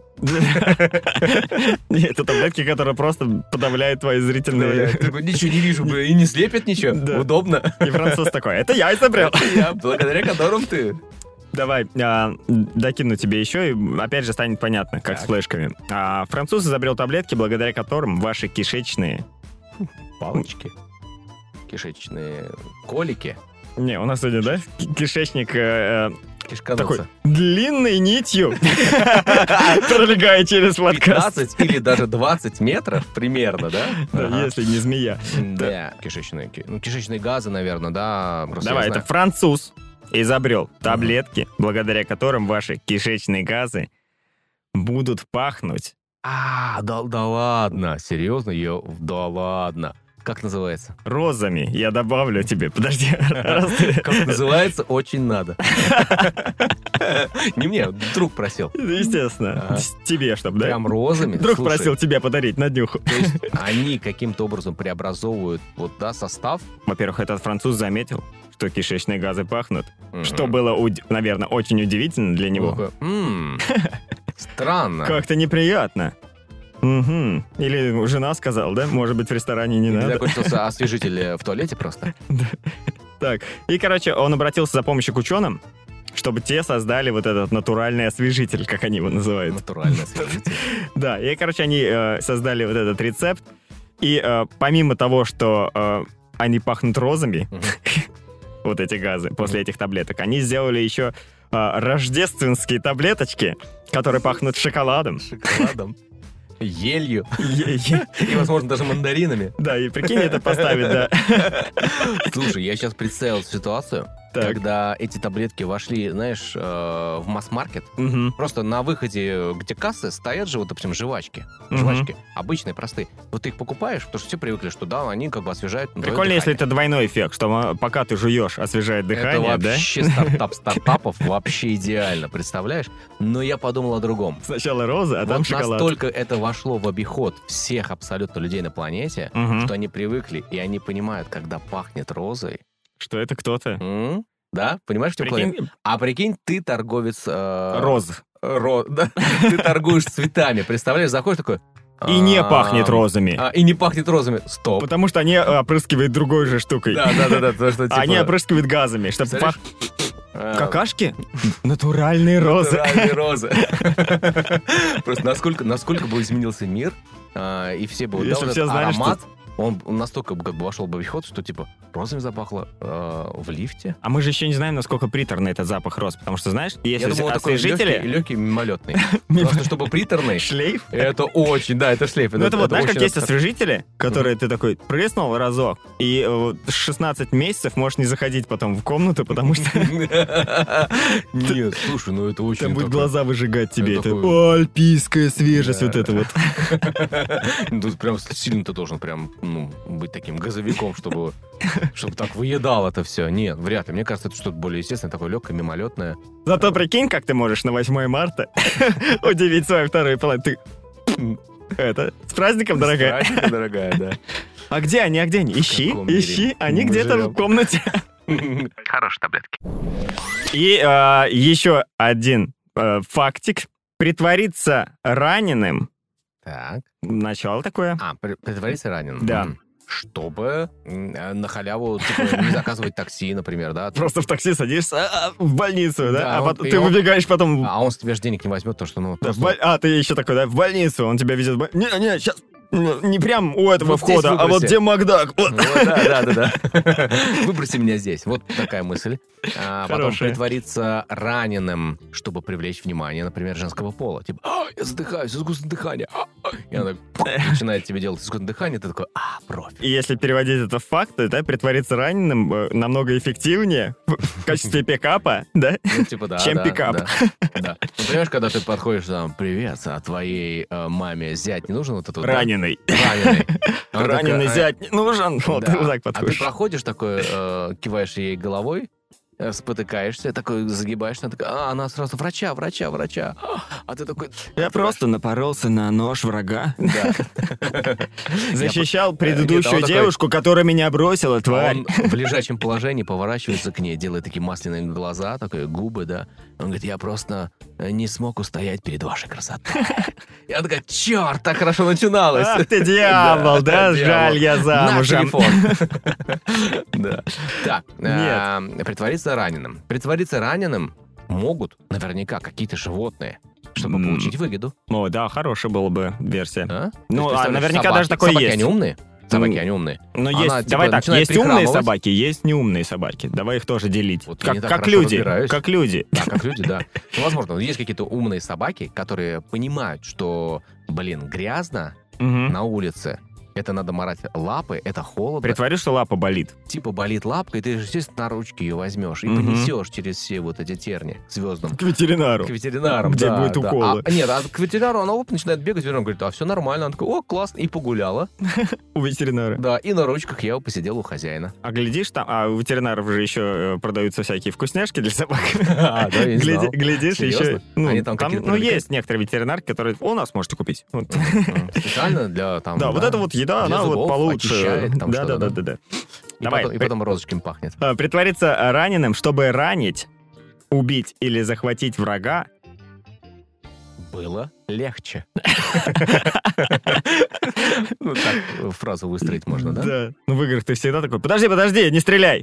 Нет, это таблетки, которые просто подавляют твои зрительные... Ничего не вижу, и не слепят ничего. Удобно. И француз такой, это я изобрел. Это я, благодаря которым ты... Давай, а, докину тебе еще, и опять же станет понятно, как так. с флешками. А, француз изобрел таблетки, благодаря которым ваши кишечные... Палочки? Кишечные колики? Не, у нас сегодня, да, кишечник э, такой длинной нитью пролегает через подкаст. пятнадцать или даже двадцать метров примерно, да? Да, если не змея. Да, кишечные, ну, кишечные газы, наверное, да. Давай, это француз изобрел таблетки, благодаря которым ваши кишечные газы будут пахнуть. А, да, да ладно, серьезно? Я, да ладно. Как называется? Розами. Я добавлю тебе. Подожди. Как называется? Очень надо. Не мне, друг просил. Естественно. Тебе, чтобы, да? Прям розами? Друг просил тебе подарить на днюху. То есть они каким-то образом преобразовывают вот, да, состав? Во-первых, этот француз заметил, что кишечные газы пахнут. Что было, наверное, очень удивительно для него. Странно. Как-то неприятно. Угу. Или жена сказала, да? Может быть, в ресторане не Или надо. закончился освежитель в туалете просто. Так. И, короче, он обратился за помощью к ученым, чтобы те создали вот этот натуральный освежитель, как они его называют. Натуральный освежитель. Да. И, короче, они э, создали вот этот рецепт. И э, помимо того, что э, они пахнут розами, вот эти газы, после этих таблеток, они сделали еще э, рождественские таблеточки, которые пахнут шоколадом. Шоколадом. Елью. И, возможно, даже мандаринами. Да, и прикинь, это поставить, да. Слушай, я сейчас представил ситуацию, так. когда эти таблетки вошли, знаешь, э, в масс-маркет. Угу. Просто на выходе, где кассы, стоят же, вот, допустим, жвачки. Угу. Жвачки. Обычные, простые. Вот ты их покупаешь, потому что все привыкли, что да, они как бы освежают. Прикольно, если это двойной эффект, что пока ты жуешь, освежает дыхание, это да? Это вообще стартап стартапов вообще идеально, представляешь? Но я подумал о другом. Сначала роза, а вот там шоколад. Настолько это вошло в обиход всех абсолютно людей на планете, угу. что они привыкли, и они понимают, когда пахнет розой. Что это кто-то? М-м? Да, понимаешь, что прикинь... А прикинь, ты торговец... Э... Роз. Ро... Да? Ты торгуешь цветами, представляешь, заходишь такой... И не пахнет розами. А, и не пахнет розами. Стоп. Потому что они опрыскивают другой же штукой. Да, да, да, да. Что, типа... Они опрыскивают газами, чтобы пах... Какашки? Натуральные розы. Натуральные розы. Просто насколько, насколько бы изменился мир, и все бы... Если да, все вот знали, аромат, что... Он настолько как бы вошел в обиход, что типа розами запахло э, в лифте. А мы же еще не знаем, насколько приторный этот запах роз, потому что, знаешь, если Я думал, освежители... Легкий, легкий мимолетный. Просто чтобы приторный... Шлейф? Это очень, да, это шлейф. Ну это вот, знаешь, как есть освежители, которые ты такой приснул разок, и шестнадцать месяцев можешь не заходить потом в комнату, потому что... Нет, слушай, ну это очень... Там будет глаза выжигать тебе. Это альпийская свежесть вот это вот. Тут прям сильно ты должен прям... Ну, быть таким газовиком, чтобы, чтобы так выедал это все. Нет, вряд ли. Мне кажется, это что-то более естественное, такое легкое, мимолетное. Зато прикинь, как ты можешь на восьмое марта удивить свою вторую половину. Ты... Это, с праздником, дорогая. С праздником, дорогая, да. А где они, а где они? Ищи, ищи. Они где-то в комнате. Хорошие таблетки. И э, еще один э, фактик. Притвориться раненым. Так. Начало такое. А, притвориться раненым. Да. Чтобы на халяву типа, не заказывать такси, например, да? Просто в такси садишься а, в больницу, да? да а он, потом, ты он, выбегаешь потом... А он с тебя же денег не возьмет, то что, ну... Да, просто... боль... А, ты еще такой, да, в больницу, он тебя везет в больницу. Не-не, сейчас... Не прям у этого вот входа, а вот где Макдак. Вот. Вот, да, да, да, да. Выброси меня здесь. Вот такая мысль. А потом притвориться раненым, чтобы привлечь внимание, например, женского пола. Типа, а, я задыхаюсь, искусственное дыхание. А, И она начинает тебе делать искусственное дыхание, ты такой, а, профи. И если переводить это в факты, да, притвориться раненым э, намного эффективнее в качестве пикапа, да, Ну, типа, да, чем да, пикап. да, да. Ну, понимаешь, когда ты подходишь, там, привет, а твоей э, маме зять не нужен вот этот? вот, да? Раненый. Раненый. Она Раненый такая, зять не нужен. Вот да. ты вот так А ты подходишь. проходишь такой, э, киваешь ей головой, э, спотыкаешься, такой загибаешься, она такая, а, она сразу врача, врача, врача. А ты такой... Я просто напоролся на нож врага. Да. Защищал Нет, предыдущую он такой- девушку, которая меня бросила, тварь. Он в лежачем положении поворачивается к ней, делает такие масляные глаза, такие губы, да. Он говорит, я просто не смог устоять перед вашей красотой. Я такая, черт, так хорошо начиналось. Ах ты дьявол, да? дьявол. Жаль, я На замужем. телефон. Да. Так, э, притвориться раненым. Притвориться раненым могут наверняка какие-то животные, чтобы М. получить выгоду. О, да, хорошая была бы версия. А? Ну, То есть, а представляешь, наверняка собаки- даже такое собаки, есть. они умные? Собаки, М. они умные. Но Она, есть, типа, давай так, начинает есть умные прихрамывать. собаки, есть неумные собаки. Давай их тоже делить. Вот я как не так как хорошо люди, разбираюсь. как люди. Да, как люди, да. Ну, возможно, есть какие-то умные собаки, которые понимают, что, блин, грязно Мгм. на улице, это надо морать лапы, это холодно. Притвори, что лапа болит. Типа болит лапка, и ты же, естественно, на ручки ее возьмешь и Мгм. понесешь через все вот эти терни к звездам. К ветеринару. К ветеринарам, Где да, будет да. уколы. А, нет, а к ветеринару она оп, начинает бегать, ветеринар говорит, а все нормально. Она такая, о, классно, и погуляла. У ветеринара. Да, и на ручках я посидел у хозяина. А глядишь там, а у ветеринаров же еще э, продаются всякие вкусняшки для собак. А, да, я не Гляди- знал. Глядишь, Серьезно? еще... Ну, Они там там, какие-то ну, привлекают? есть некоторые ветеринарки, которые у нас можете купить. Вот. М, Специально для там... Да, вот это вот еда, для она вот зубов, получше. очищает там Да, да, что-то, да, да? да, да. И Давай, потом, и при- потом розочками пахнет. А, Притвориться раненым, чтобы ранить, убить или захватить врага. Было легче. Ну, так фразу выстроить можно, да? Да. Ну, в играх ты всегда такой, подожди, подожди, не стреляй.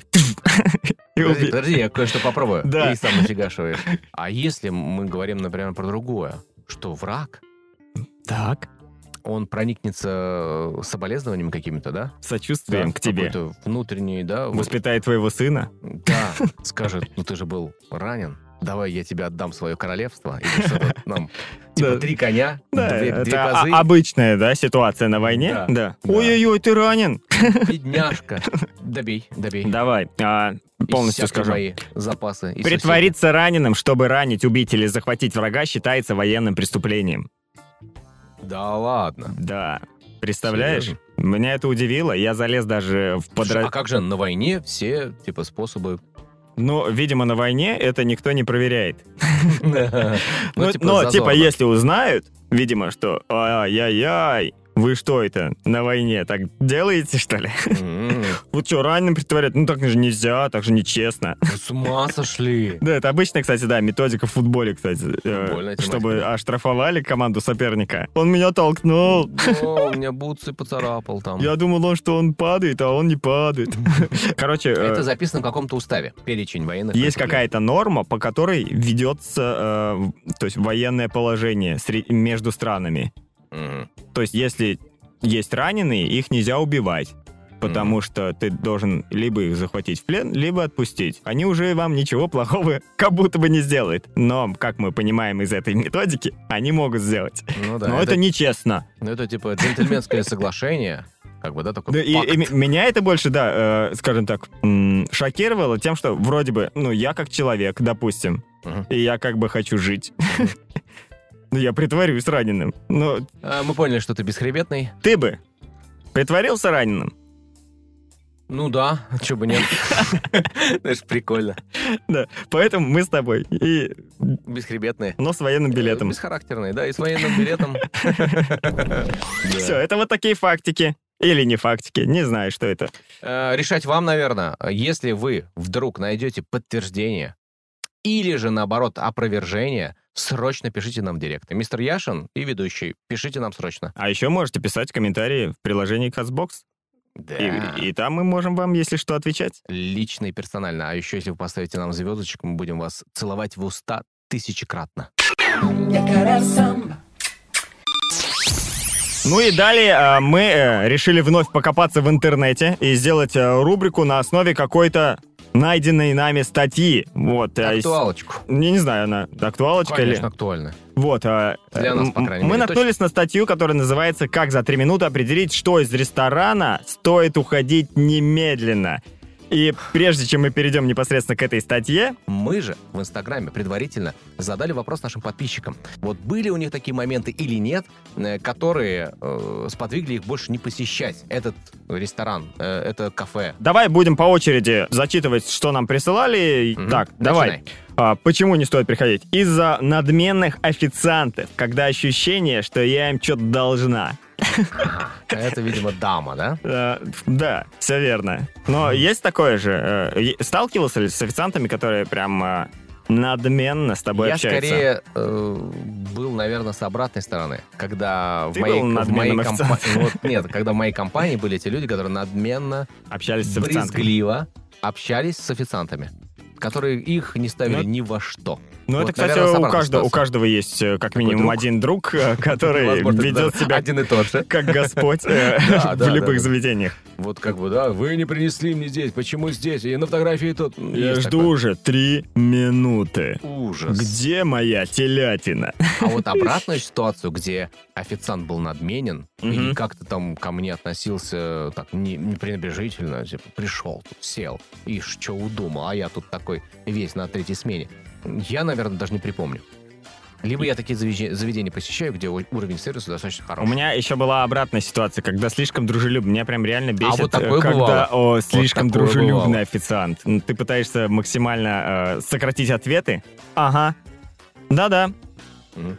И Подожди, уби- подожди, я кое-что попробую. Да. И сам нафигашиваешь. А если мы говорим, например, про другое, что враг, Так, он проникнется соболезнованиями какими-то, да? сочувствием Да, к тебе. какой-то внутренний, да? вот- Воспитает твоего сына. Да, скажет, ну ты же был ранен, давай я тебе отдам свое королевство. Или что-то нам, типа Да. три коня, Да, две, это две а- козы, обычная, да, ситуация на войне. Да. Да. Да. Ой-ой-ой, ты ранен. бедняжка. Добей, добей. Давай, а, полностью Иссякли скажу. мои запасы. и Притвориться раненым, чтобы ранить, убить или захватить врага, считается военным преступлением. сосед. Да ладно. Да. Представляешь? Серьезно? Меня это удивило. Я залез даже в Слушай, подра... а как же на войне все типа способы... Но, видимо, на войне это никто не проверяет. Ну, Но, типа, но, типа, зазорно. если узнают, видимо, что ай-яй-яй, вы что это, на войне так делаете, что ли? М, Вот что, раненым притворять? Ну так же нельзя, так же нечестно. вы с ума сошли. Да, это обычная, кстати, да, методика в футболе, кстати. э, Футбольная тематика. Чтобы оштрафовали команду соперника. Он меня толкнул. О, у меня бутсы поцарапал там. Я думал, он, что он падает, а он не падает. Короче, э, Это записано в каком-то уставе. Перечень военных. есть преступлений. какая-то норма, по которой ведется, э, то есть военное положение сре- между странами. Мгм. То есть если есть раненые, их нельзя убивать. Потому что ты должен либо их захватить в плен, либо отпустить. Они уже вам ничего плохого как будто бы не сделают. Но, как мы понимаем из этой методики, они могут сделать. Ну да. Но это, нечестно. ну, это типа джентльменское соглашение. Как бы, да, такой Да, и, пакт. и м- меня это больше, да, э, скажем так, м, шокировало тем, что вроде бы, ну, я как человек, допустим, Мгм. и я как бы хочу жить. Ну, я притворюсь раненым. Но А, мы поняли, что ты бесхребетный. ты бы притворился раненым? Ну да, чё бы нет. Знаешь, прикольно. Да, поэтому мы с тобой. И, Бесхребетные. но с военным билетом. Бесхарактерные, да, и с военным билетом. Все, это вот такие фактики. Или не фактики, не знаю, что это. Э, Решать вам, наверное. Если вы вдруг найдете подтверждение или же, наоборот, опровержение, срочно пишите нам в директ. Мистер Яшин и ведущий, пишите нам срочно. А еще можете писать комментарии в приложении Castbox. Да. И, и там мы можем вам, если что, отвечать. Лично и персонально. А еще, если вы поставите нам звездочек, мы будем вас целовать в уста тысячекратно. Ну и далее а, мы э, решили вновь покопаться в интернете и сделать э, рубрику на основе какой-то найденные нами статьи. Вот, Актуалочку. А, я не знаю, она актуалочка Конечно, или... актуальна. Вот, а, Для нас, по крайней мы мере, наткнулись на статью, которая называется «Как за три минуты определить, что из ресторана стоит уходить немедленно». И прежде чем мы перейдем непосредственно к этой статье... Мы же в Инстаграме предварительно задали вопрос нашим подписчикам. Вот были у них такие моменты или нет, э, которые э, сподвигли их больше не посещать этот ресторан, э, это кафе. Давай будем по очереди зачитывать, что нам присылали. Мгм. Так, Начинай. давай. А, почему не стоит приходить? Из-за надменных официантов, когда ощущение, что я им что-то должна. Ага. Это, видимо, дама, да? Э, Да, все верно. Но есть такое же. э, е- Сталкивался ли с официантами, которые прям э, надменно с тобой Я общаются? скорее э, был, наверное, с обратной стороны, когда Ты в моей, был в надменным моей официантом? компании, вот, нет, когда в моей компании были те люди, которые надменно, Общались с официантами. брезгливо общались с официантами, которые их не ставили Ну, ни во что. Ну, Вот, это, кстати, наверное, с у обратной каждого, у ситуации. каждого есть э, как Такой минимум друг. один друг, э, который Возможно, это ведет даже себя один и тот же. как Господь э, Да, в да, любых да. заведениях. Вот как бы, да, вы не принесли мне здесь, почему здесь? И на фотографии тут Я есть жду такое. уже три минуты. Ужас. Где моя телятина? А вот обратную ситуацию, где официант был надменен Мгм. или как-то там ко мне относился так не, не пренебрежительно, типа пришел, тут сел, и что удумал, а я тут такой весь на третьей смене. Я, наверное, даже не припомню. Либо я такие заведе- заведения посещаю, где у- уровень сервиса достаточно У хороший. меня еще была обратная ситуация, когда слишком дружелюбно. Меня прям реально бесит, вот такое э, когда бывало. о, слишком такое дружелюбный бывало. официант. Ну, Ты пытаешься максимально э, сократить ответы. Ага. Да-да. Мгм.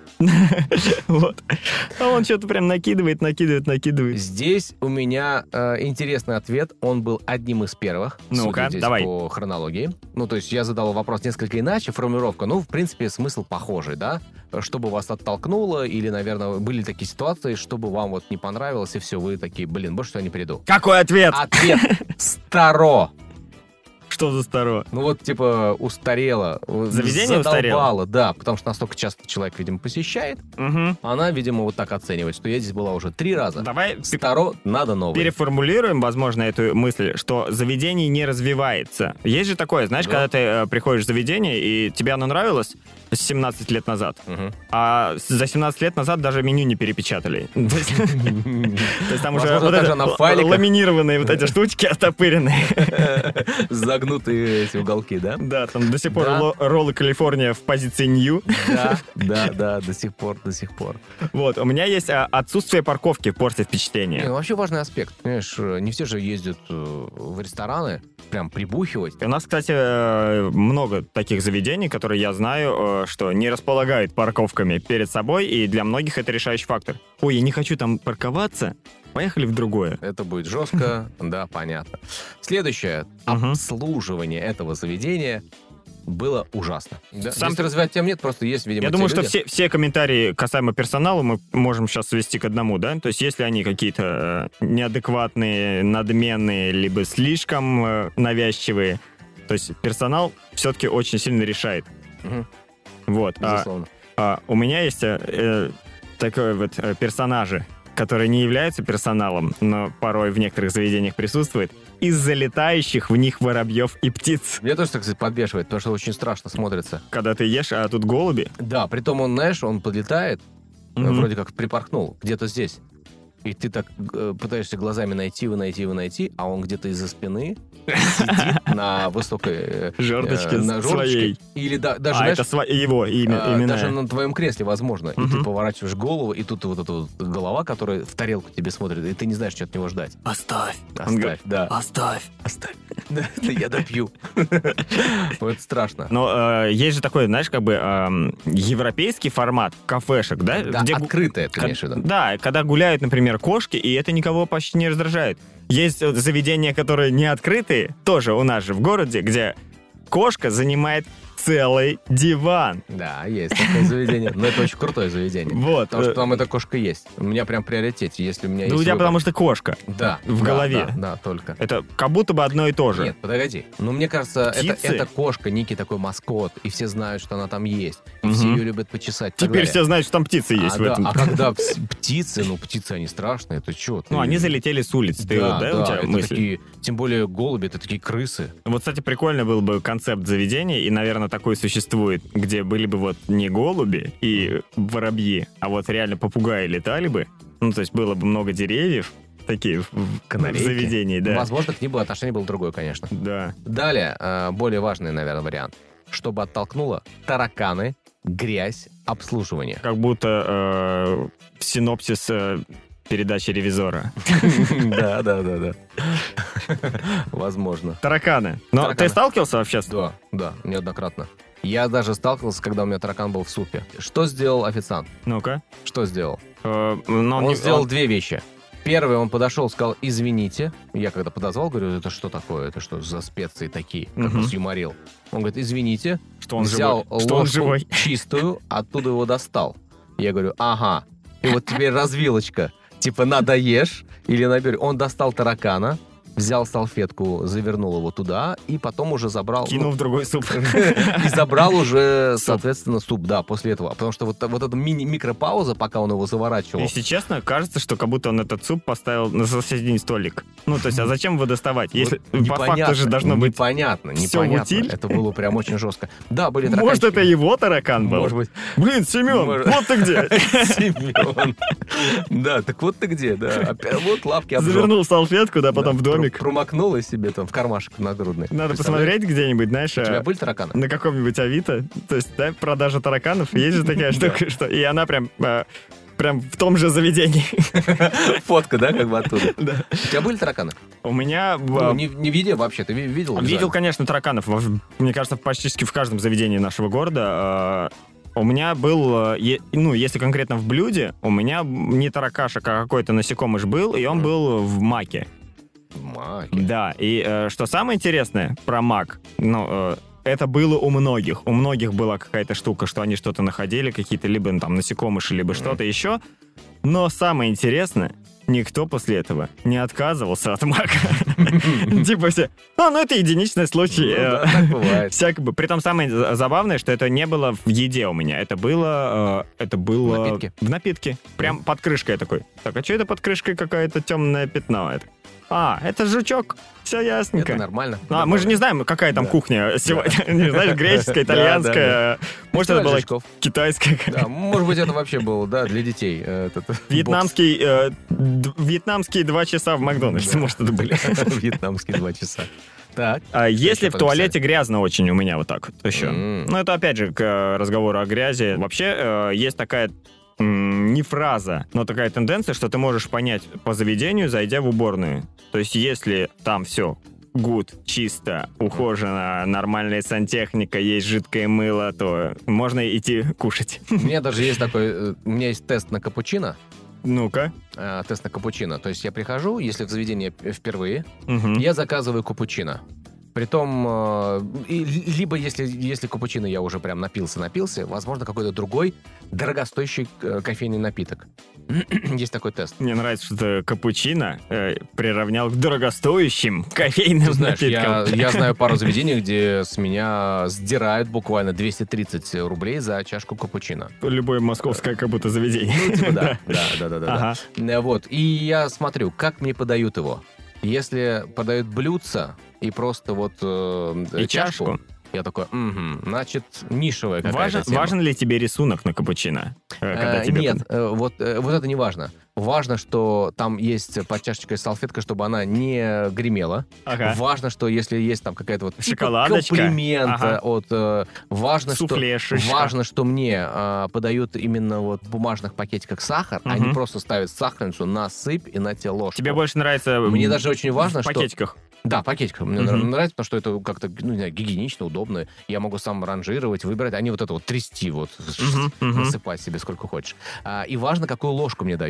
Вот. А он что-то прям накидывает, накидывает, накидывает. Здесь у меня э, интересный ответ. Он был одним из первых. Ну-ка, судя здесь давай. по хронологии. Ну, то есть я задал вопрос несколько иначе, формулировка. Ну, в принципе, смысл похожий, да? Чтобы вас оттолкнуло, или, наверное, были такие ситуации, чтобы вам вот не понравилось, и все, вы такие, блин, больше сюда не приду. Какой ответ? Ответ старо. Что за старо? Ну вот, типа, устарело. Заведение задолбало, да, потому что настолько часто человек, видимо, посещает. Угу. Она, видимо, вот так оценивает, что я здесь была уже три раза. Давай пи- Старо, надо новое. переформулируем, возможно, эту мысль, что заведение не развивается. Есть же такое, знаешь, Да. когда ты э, приходишь в заведение, и тебе оно нравилось семнадцать лет назад, Мгм. а с- за семнадцать лет назад даже меню не перепечатали. То есть то есть там уже Возможно, вот даже это на л- файликах. ламинированные вот эти штучки оттопыренные. Загнутые эти уголки, да? Да, там до сих пор Да. ло- роллы Калифорния в позиции нью. Да, да, да, до сих пор, до сих пор. Вот, у меня есть а, отсутствие парковки портит Не, впечатление. ну, вообще важный аспект. Понимаешь, э, не все же ездят э, в рестораны, прям прибухивать. У нас, кстати, э, много таких заведений, которые я знаю, э, что не располагают парковками перед собой, и для многих это решающий фактор. Ой, я не хочу там парковаться, поехали в другое. Это будет жестко, да, понятно. Следующее. Мгм. Обслуживание этого заведения было ужасно. Да, Сам- Здесь развивать тем нет, просто есть, видимо, Я те думаю, что люди. все, все комментарии касаемо персонала мы можем сейчас свести к одному, да? То есть если они какие-то э, неадекватные, надменные, либо слишком э, навязчивые, то есть персонал все-таки очень сильно решает. Мгм, Вот. А, безусловно. а, у меня есть э, э, такой вот э, персонажи, которые не являются персоналом, но порой в некоторых заведениях присутствуют, из залетающих в них воробьев и птиц. Мне тоже, так сказать, подбешивает, потому что очень страшно смотрится. Когда ты ешь, а тут голуби. Да, притом он, знаешь, он подлетает, э, Мгм. вроде как припорхнул, где-то здесь. И ты так э, пытаешься глазами найти его, найти его, найти, а он где-то из-за спины сидит на высокой э, Жердочке э, на жердочке. своей. Или да- даже, А знаешь, это сва- его имя, а, именно. даже на твоем кресле, возможно. И ты Мгм. поворачиваешь голову, и тут вот эта вот голова, которая в тарелку тебе смотрит, и ты не знаешь, что от него ждать. Оставь. Он Оставь, говорит, да. Оставь. Оставь. Да, это я допью. Вот страшно. Но э, есть же такой, знаешь, как бы эм, европейский формат кафешек, да? Да, где гу- открытое, ты Ка- имеешь в виду. Да, когда гуляют, например, кошки, и это никого почти не раздражает. Есть э, заведения, которые не открытые, тоже у нас же в городе, где кошка занимает целый диван. Да, есть такое заведение. Но это очень крутое заведение. Вот. Потому что там эта кошка есть. У меня прям приоритет, если у меня Ну, есть... у тебя выбор. потому что кошка. Да. В да, голове. Да, да, только. Это как будто бы одно и то же. Нет, подожди. Ну, мне кажется, это, Птицы? это кошка, некий такой маскот, и все знают, что она там есть. И Мгм. все ее любят почесать. и так Теперь далее. все знают, что там птицы есть а, в да, этом. а когда пс- птицы, ну, птицы, они страшные, ты что? Ну, они залетели с улиц. Ты вот, да, у тебя это мысль? такие, тем более голуби, это такие крысы. Вот, кстати, прикольно был бы концепт заведения, и, наверное, такой существует, где были бы вот не голуби и воробьи, а вот реально попугаи летали бы. Ну, то есть было бы много деревьев, такие в, в Канарейки. заведении, да. Возможно, к ним бы отношение было другое, конечно. Да. Далее, э, более важный, наверное, вариант. Чтобы оттолкнуло тараканы, грязь, обслуживание. Как будто э, синопсис э, передачи ревизора. Да, да, да, да. Возможно. Тараканы. Но Тараканы. ты сталкивался вообще с... Да, да, неоднократно. Я даже сталкивался, когда у меня таракан был в супе. Что сделал официант? Ну-ка. Что сделал? Э, но Он, не- сделал он- две вещи. Первый, он подошел, сказал, извините. Я когда подозвал, говорю, это что такое? Это что за специи такие? Как Мгм. бы юморил. Он говорит, извините. Что он взял живой. Что он ложку живой. чистую, оттуда его достал. Я говорю, ага. И вот теперь развилочка. Типа, надоешь или наберешь. Он достал таракана, взял салфетку, завернул его туда, и потом уже забрал... ну, Кинул в другой суп. и забрал уже, Суп. соответственно, суп, да, после этого. Потому что вот, вот эта мини микропауза, пока он его заворачивал. Если честно, кажется, что как будто он этот суп поставил на соседний столик. Ну, то есть, а зачем его доставать? Если Вот по факту непонятно, же должно быть... Непонятно, всё в непонятно. утиль. Это было прям очень жестко. Да, были Может, тараканчики. это его таракан был? Может быть. Блин, Семен, Может. вот ты где. Семен. Да, так вот ты где, да. Опять вот лавки обжег. Завернул салфетку, да, Да, потом в про- домик. Промокнул и себе там в кармашек нагрудный. Надо Представляешь? посмотреть где-нибудь, знаешь, У тебя а, были тараканы? на каком-нибудь Авито, то есть, да, продажа тараканов, есть же такая штука, что... И она прям... а, Прям в том же заведении. Фотка, да, как бы оттуда. Да. У тебя были тараканы? У меня... Ну, а, не, не виде вообще, ты ви- видел? Видел, визуально? конечно, тараканов. Во- Мне кажется, практически в каждом заведении нашего города. А, У меня был, э, е- ну, если конкретно в блюде, у меня не таракашек, а какой-то насекомыш был, и он Мгм. был в маке. Маки. Да, и э, что самое интересное про мак, ну, э, это было у многих. У многих была какая-то штука, что они что-то находили, какие-то либо ну, там насекомыши, либо Мгм. что-то еще. Но самое интересное, никто после этого не отказывался от мака. Типа все, а, ну это единичный случай. Ну да, э, так бывает. Всяко бы. Притом самое за- забавное, что это не было в еде у меня. Это было... э, Это было... В напитке? В напитке. Прям под крышкой я такой. Так, а что это под крышкой какое-то темное пятно? Это- А, это жучок. Все ясненько. Это нормально. А, мы же не знаем, какая там Да. кухня сегодня. Не знаешь, греческая, Да, да, итальянская. Может, это была Жучков. китайская. Да, может быть, это вообще было, да, для детей. э, этот бокс. Вьетнамский, э, д- вьетнамские два часа в Макдональдсе, Да. может, это были. Вьетнамские два часа. Так. А если еще в туалете грязно очень у меня вот так вот еще. М. Ну, это опять же к э, разговору о грязи. Вообще э, есть такая м, не фраза, но такая тенденция, что ты можешь понять по заведению, зайдя в уборную. То есть если там все гуд, чисто, ухожено, нормальная сантехника, есть жидкое мыло, то можно идти кушать. У меня даже есть такой, э, у меня есть тест на капучино. Ну-ка. э, Тест на капучино. То есть я прихожу, если в заведении я впервые, Мгм. я заказываю капучино. Притом, э, и либо если, если капучино я уже прям напился-напился, возможно, какой-то другой дорогостоящий э, кофейный напиток. Есть такой тест. Мне нравится, что ты капучино э, приравнял к дорогостоящим кофейным Ты знаешь, я, напиткам. я знаю пару заведений, где с меня сдирают буквально двести тридцать рублей за чашку капучино. Любое московское как будто заведение. Ну, типа, да, да, да, да, да. Ага. да. Вот, и я смотрю, как мне подают его. Если подают блюдце и просто вот э, И чашку, чашку. я такой, угу, значит, нишевая какая-то Важен, тема. важен ли тебе рисунок на капучино? э, когда Э, тебе Нет, под- э, вот, э, вот это не важно. Важно, что там есть под чашечкой салфетка, чтобы она не гремела. Ага. Важно, что если есть там какая-то вот типа Шоколадочка. комплимент Ага. от... э, важно, Суфле, что, шишка. важно, что мне э, подают именно вот в бумажных пакетиках сахар, а Мгм. не просто ставят сахарницу на сыпь и на те ложку. Тебе больше нравится Мне м, даже очень важно, в что... пакетиках. Да, пакетик. Мне Мгм. нравится, потому что это как-то, ну, не знаю, гигиенично, удобно. Я могу сам ранжировать, выбирать, а не вот это вот трясти, вот, Мгм, мгм. насыпать себе сколько хочешь. А, и важно, какую ложку мне дают.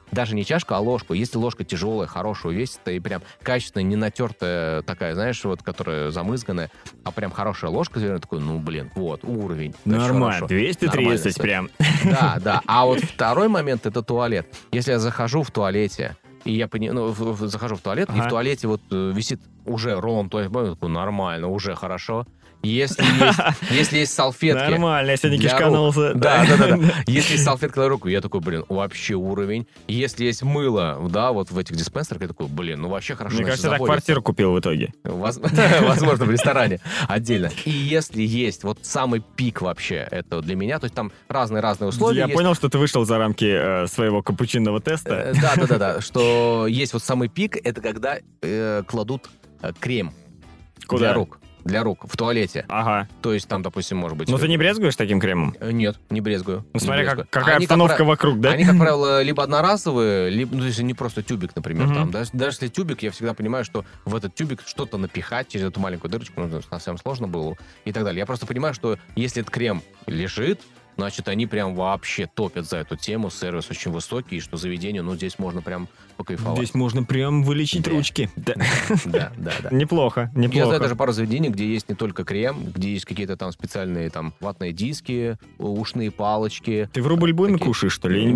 даже не чашку, а ложку. Если ложка тяжелая, хорошая, увесистая и прям качественная, не натертая такая, знаешь, вот, которая замызганная, а прям хорошая ложка, я такой, ну, блин, вот, уровень. Нормально, двести тридцать прям. Да, да. А вот второй момент — это туалет. Если я захожу в туалете, и я пони... ну, в, в, захожу в туалет, ага. и в туалете вот э, висит уже рулон туалета, нормально, уже хорошо. Если есть, если есть салфетки... Нормально, если не кишканулся. Да, да, да, да. Если есть салфетка на руку, я такой, блин, вообще уровень. Если есть мыло, да, вот в этих диспенсерах, я такой, блин, ну вообще хорошо. Мне кажется, так квартиру купил в итоге. Возможно, в ресторане отдельно. И если есть вот самый пик вообще, это для меня, то есть там разные-разные условия. Я понял, что ты вышел за рамки своего капучинного теста. Да, да, да, да, что есть вот самый пик, это когда кладут крем для рук. Для рук в туалете. Ага. То есть там, допустим, может быть... Ну ты не брезгуешь таким кремом? Нет, не брезгую. Ну смотри, брезгую. Как, какая они, обстановка как, вокруг, да? Они, как правило, либо одноразовые, либо, ну, если не просто тюбик, например, uh-huh. там, да, даже если тюбик, я всегда понимаю, что в этот тюбик что-то напихать через эту маленькую дырочку, ну, совсем сложно было и так далее. Я просто понимаю, что если этот крем лежит, значит, они прям вообще топят за эту тему, сервис очень высокий, и что заведение, ну, здесь можно прям покайфовать. Здесь можно прям вылечить да. ручки. Да, да, да. да. Неплохо, неплохо. Я знаю даже пару заведений, где есть не только крем, где есть какие-то там специальные там ватные диски, ушные палочки. Ты в рубль-буйме кушаешь, что ли?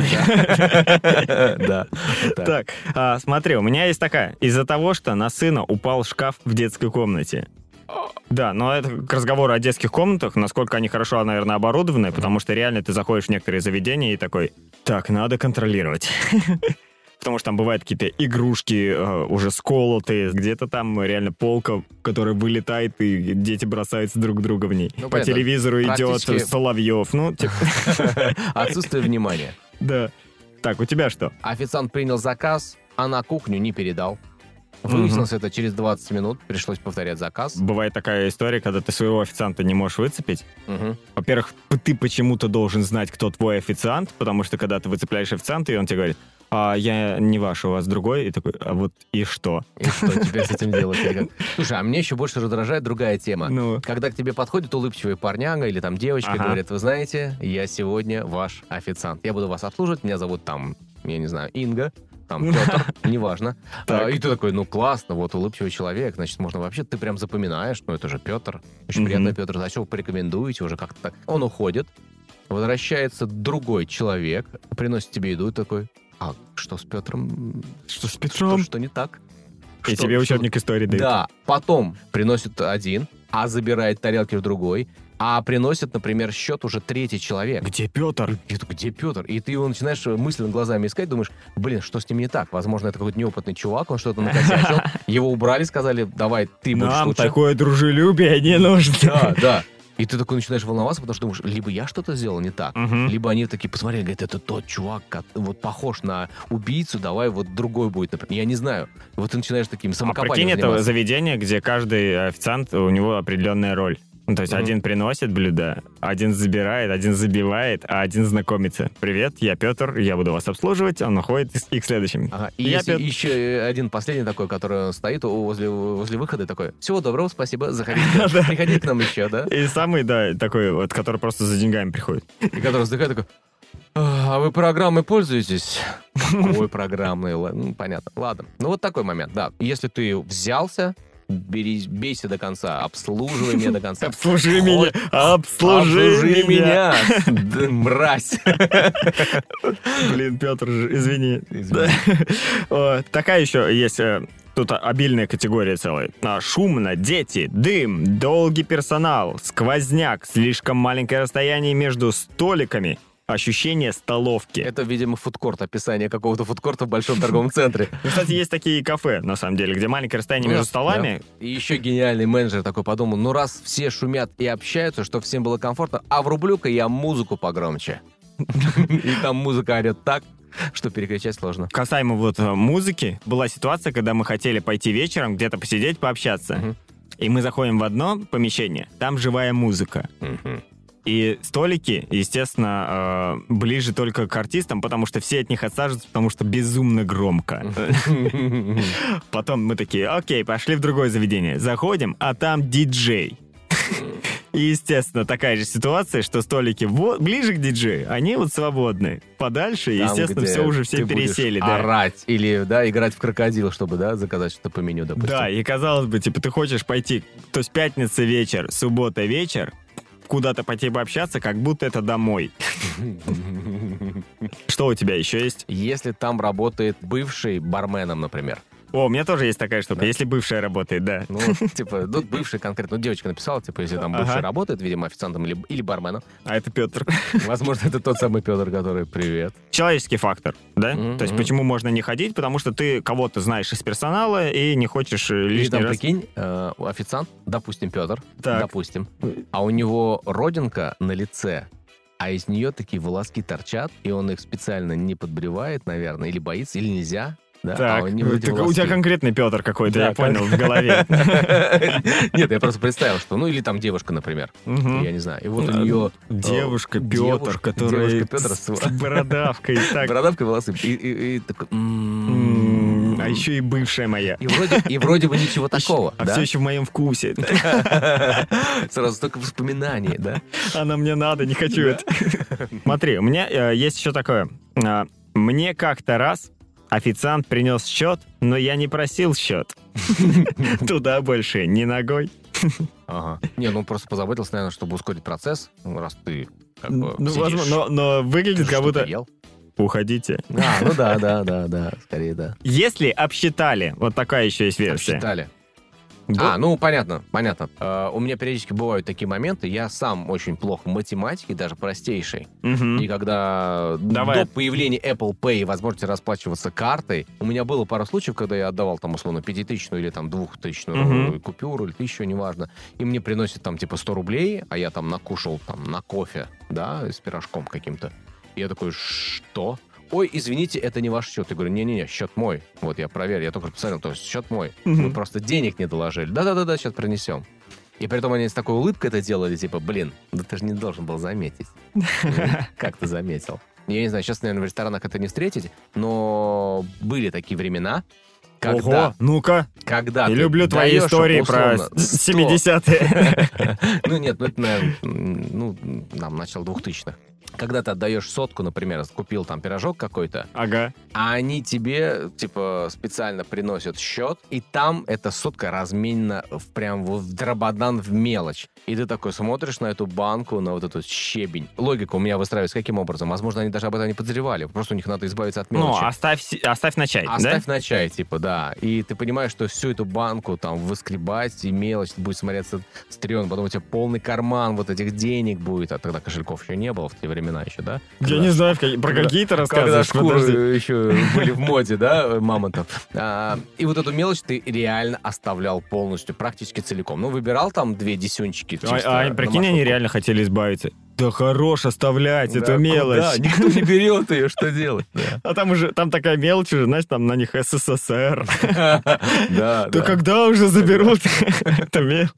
Да. Так, смотри, у меня есть такая. Из-за того, что на сына упал шкаф в детской комнате. Да, но это к разговору о детских комнатах, насколько они хорошо, наверное, оборудованы, mm-hmm. потому что реально ты заходишь в некоторые заведения и такой, так, надо контролировать. Потому что там бывают какие-то игрушки э, уже сколотые, где-то там реально полка, которая вылетает, и дети бросаются друг друга в ней. Ну, По понятно. телевизору идет Соловьев, ну, типа... Отсутствие внимания. Да. Так, у тебя что? Официант принял заказ, а на кухню не передал. Выяснилось mm-hmm. это через двадцать минут, пришлось повторять заказ. Бывает такая история, когда ты своего официанта не можешь выцепить. Mm-hmm. Во-первых, ты почему-то должен знать, кто твой официант, потому что когда ты выцепляешь официанта, и он тебе говорит, а я не ваш, у вас другой, и такой, а вот и что? И что теперь с этим делать? Слушай, а мне еще больше раздражает другая тема. Ну. Когда к тебе подходит улыбчивый парняга или там девочка, ага. говорят, вы знаете, я сегодня ваш официант. Я буду вас обслуживать, меня зовут там, я не знаю, Инга. Там Петр, неважно. А, и ты такой, ну классно, вот улыбчивый человек, значит, можно вообще, ты прям запоминаешь, ну это же Петр, очень mm-hmm. приятно, Петр, зачем вы порекомендуете уже как-то так. Он уходит, возвращается другой человек, приносит тебе еду и такой, а что с Петром? Что с Петром? Что, что не так? И что, тебе учебник что... истории дают. Да, потом приносит один, а забирает тарелки в другой, а приносит, например, счет уже третий человек. Где Петр? И, где Петр? И ты его начинаешь мысленно глазами искать, думаешь, блин, что с ним не так? Возможно, это какой-то неопытный чувак, он что-то накосячил. Его убрали, сказали, давай, ты будешь лучше. Нам такое дружелюбие не нужно. Да, да. И ты такой начинаешь волноваться, потому что думаешь, либо я что-то сделал не так, угу. либо они такие посмотрели, говорят, это тот чувак, вот похож на убийцу, давай вот другой будет, например. Я не знаю. И вот ты начинаешь таким самокопанием заниматься. А прикинь, заниматься. Это заведение, где каждый официант, у него определенная роль. Ну, то есть mm-hmm. один приносит блюдо, один забирает, один забивает, а один знакомится. Привет, я Петр, я буду вас обслуживать. Он уходит и к следующему. Ага. И я есть Пет... еще один последний такой, который стоит возле, возле выхода, такой, всего доброго, спасибо, заходите, приходите к нам еще, да? И самый, да, такой вот, который просто за деньгами приходит. И который вздыхает, такой, а вы программой пользуетесь? Какой программой? Ну, понятно, ладно. Ну, вот такой момент, да. Если ты взялся, Бери, бейся до конца, обслуживай меня до конца. Обслужи меня, обслужи меня, мразь. Блин, Петр, извини. Такая еще есть, тут обильная категория целая. Шумно, дети, дым, долгий персонал, сквозняк, слишком маленькое расстояние между столиками. Ощущение столовки. Это, видимо, фудкорт, описание какого-то фудкорта в большом торговом центре. Ну, кстати, есть такие кафе, на самом деле, где маленькое расстояние между столами. И еще гениальный менеджер такой подумал, ну раз все шумят и общаются, чтобы всем было комфортно, а врублю-ка я музыку погромче. И там музыка орет так, что перекричать сложно. Касаемо вот музыки, была ситуация, когда мы хотели пойти вечером где-то посидеть, пообщаться. И мы заходим в одно помещение, там живая музыка. И столики, естественно, э, ближе только к артистам, потому что все от них отсаживаются, потому что безумно громко. Потом мы такие, окей, пошли в другое заведение. Заходим, а там диджей. И, естественно, такая же ситуация, что столики вот ближе к диджею, они вот свободны. Подальше, Там, естественно, где все уже все ты будешь пересели. Да. орать или, да, играть в крокодил, чтобы, да, заказать что-то по меню, допустим. Да, и казалось бы, типа, ты хочешь пойти, то есть пятница вечер, суббота вечер, куда-то пойти пообщаться, как будто это домой. Что у тебя еще есть? Если там работает бывший барменом, например. О, у меня тоже есть такая штука, Да. если бывшая работает, да. Ну, типа, ну, бывший конкретно. Ну, девочка написала, типа, если там бывший Ага. работает, видимо, официантом или, или барменом. А это Петр. Возможно, это тот самый Петр, который «Привет». Человеческий фактор, да? Мгм, То есть мгм. почему можно не ходить? Потому что ты кого-то знаешь из персонала и не хочешь э, Или лишний там, раз... прикинь, э, официант, допустим, Петр, Так. допустим, а у него родинка на лице, а из нее такие волоски торчат, и он их специально не подбривает, наверное, или боится, или нельзя. Да? Так, а у него эти так у тебя волоски. конкретный Петр какой-то, Да, я понял, в голове. Нет, я просто представил, что, ну, или там девушка, например, Мгм. я не знаю, и вот у Да, нее Девушка Петр, девушка- которая девушка Петр с с- бородавкой. Так. бородавка, волосы, и, и- и такой, М, м-м-м. А еще и бывшая моя. И вроде, и вроде бы ничего такого, А да? все еще в моем вкусе. Сразу столько воспоминаний, да? Она мне надо, не хочу это. Смотри, у меня э, есть еще такое. А, Мне как-то раз официант принес счет, но я не просил счет. Туда больше ни ногой. Ага. Не, ну просто позаботился, наверное, чтобы ускорить процесс, ну, раз ты как бы Ну, сидишь. возможно, но, но Ты выглядит же как что-то будто... ел. Уходите. А, ну да, да, да, да, скорее да. Если обсчитали, вот такая еще есть версия. Обсчитали. Да. А, ну понятно, понятно. Э, у меня периодически бывают такие моменты, я сам очень плох в математике, даже простейшей. Мгм. И когда Давай. до появления Apple Pay и возможности расплачиваться картой, у меня было пару случаев, когда я отдавал там условно пятитысячную или там двухтысячную Мгм. купюру или тысячу, неважно, и мне приносят там типа сто рублей, а я там накушал там на кофе, да, с пирожком каким-то. И я такой, что? Ой, извините, это не ваш счет. Я говорю, не-не-не, счет мой. Вот я проверил, я только посмотрел, то есть счет мой. Мгм. Мы просто денег не доложили. Да-да-да, сейчас принесем. И при этом они с такой улыбкой это делали, типа, блин, да ты же не должен был заметить. Ну, как ты заметил? Я не знаю, сейчас, наверное, в ресторанах это не встретить, но были такие времена, когда... Ого, ну-ка. Когда Я ты люблю твои даешь, истории про условно, сто. семидесятые. Ну нет, ну это, наверное, ну, нам начало двухтысячных. Когда ты отдаешь сотку, например, купил там пирожок какой-то, Ага. а они тебе, типа, специально приносят счет, и там эта сотка разменена в, прям в, в дрободан, в мелочь. И ты такой смотришь на эту банку, на вот этот щебень. Логика у меня выстраивается каким образом? Возможно, они даже об этом не подозревали. Просто у них надо избавиться от Ну, мелочи. оставь, си- оставь на чай, да? Оставь на чай, типа, да. И ты понимаешь, что всю эту банку там выскребать, и мелочь будет смотреться стрёмно, потом у тебя полный карман вот этих денег будет, а тогда кошельков еще не было в те времена еще, да? Я Когда- не знаю, в какие- про когда- какие-то Когда рассказываешь. шкуры Подожди. еще были в моде, да, мамонтов. А, и вот эту мелочь ты реально оставлял полностью, практически целиком. Ну, выбирал там две десюнчики. А, чисто а, на прикинь, они маршрутку. реально хотели избавиться. Да хорош оставлять Да, эту мелочь. куда? Никто не берет ее, что делать? Да, А там уже, там такая мелочь уже, знаешь, там на них СССР. да. Да да. когда уже заберут эту мелочь?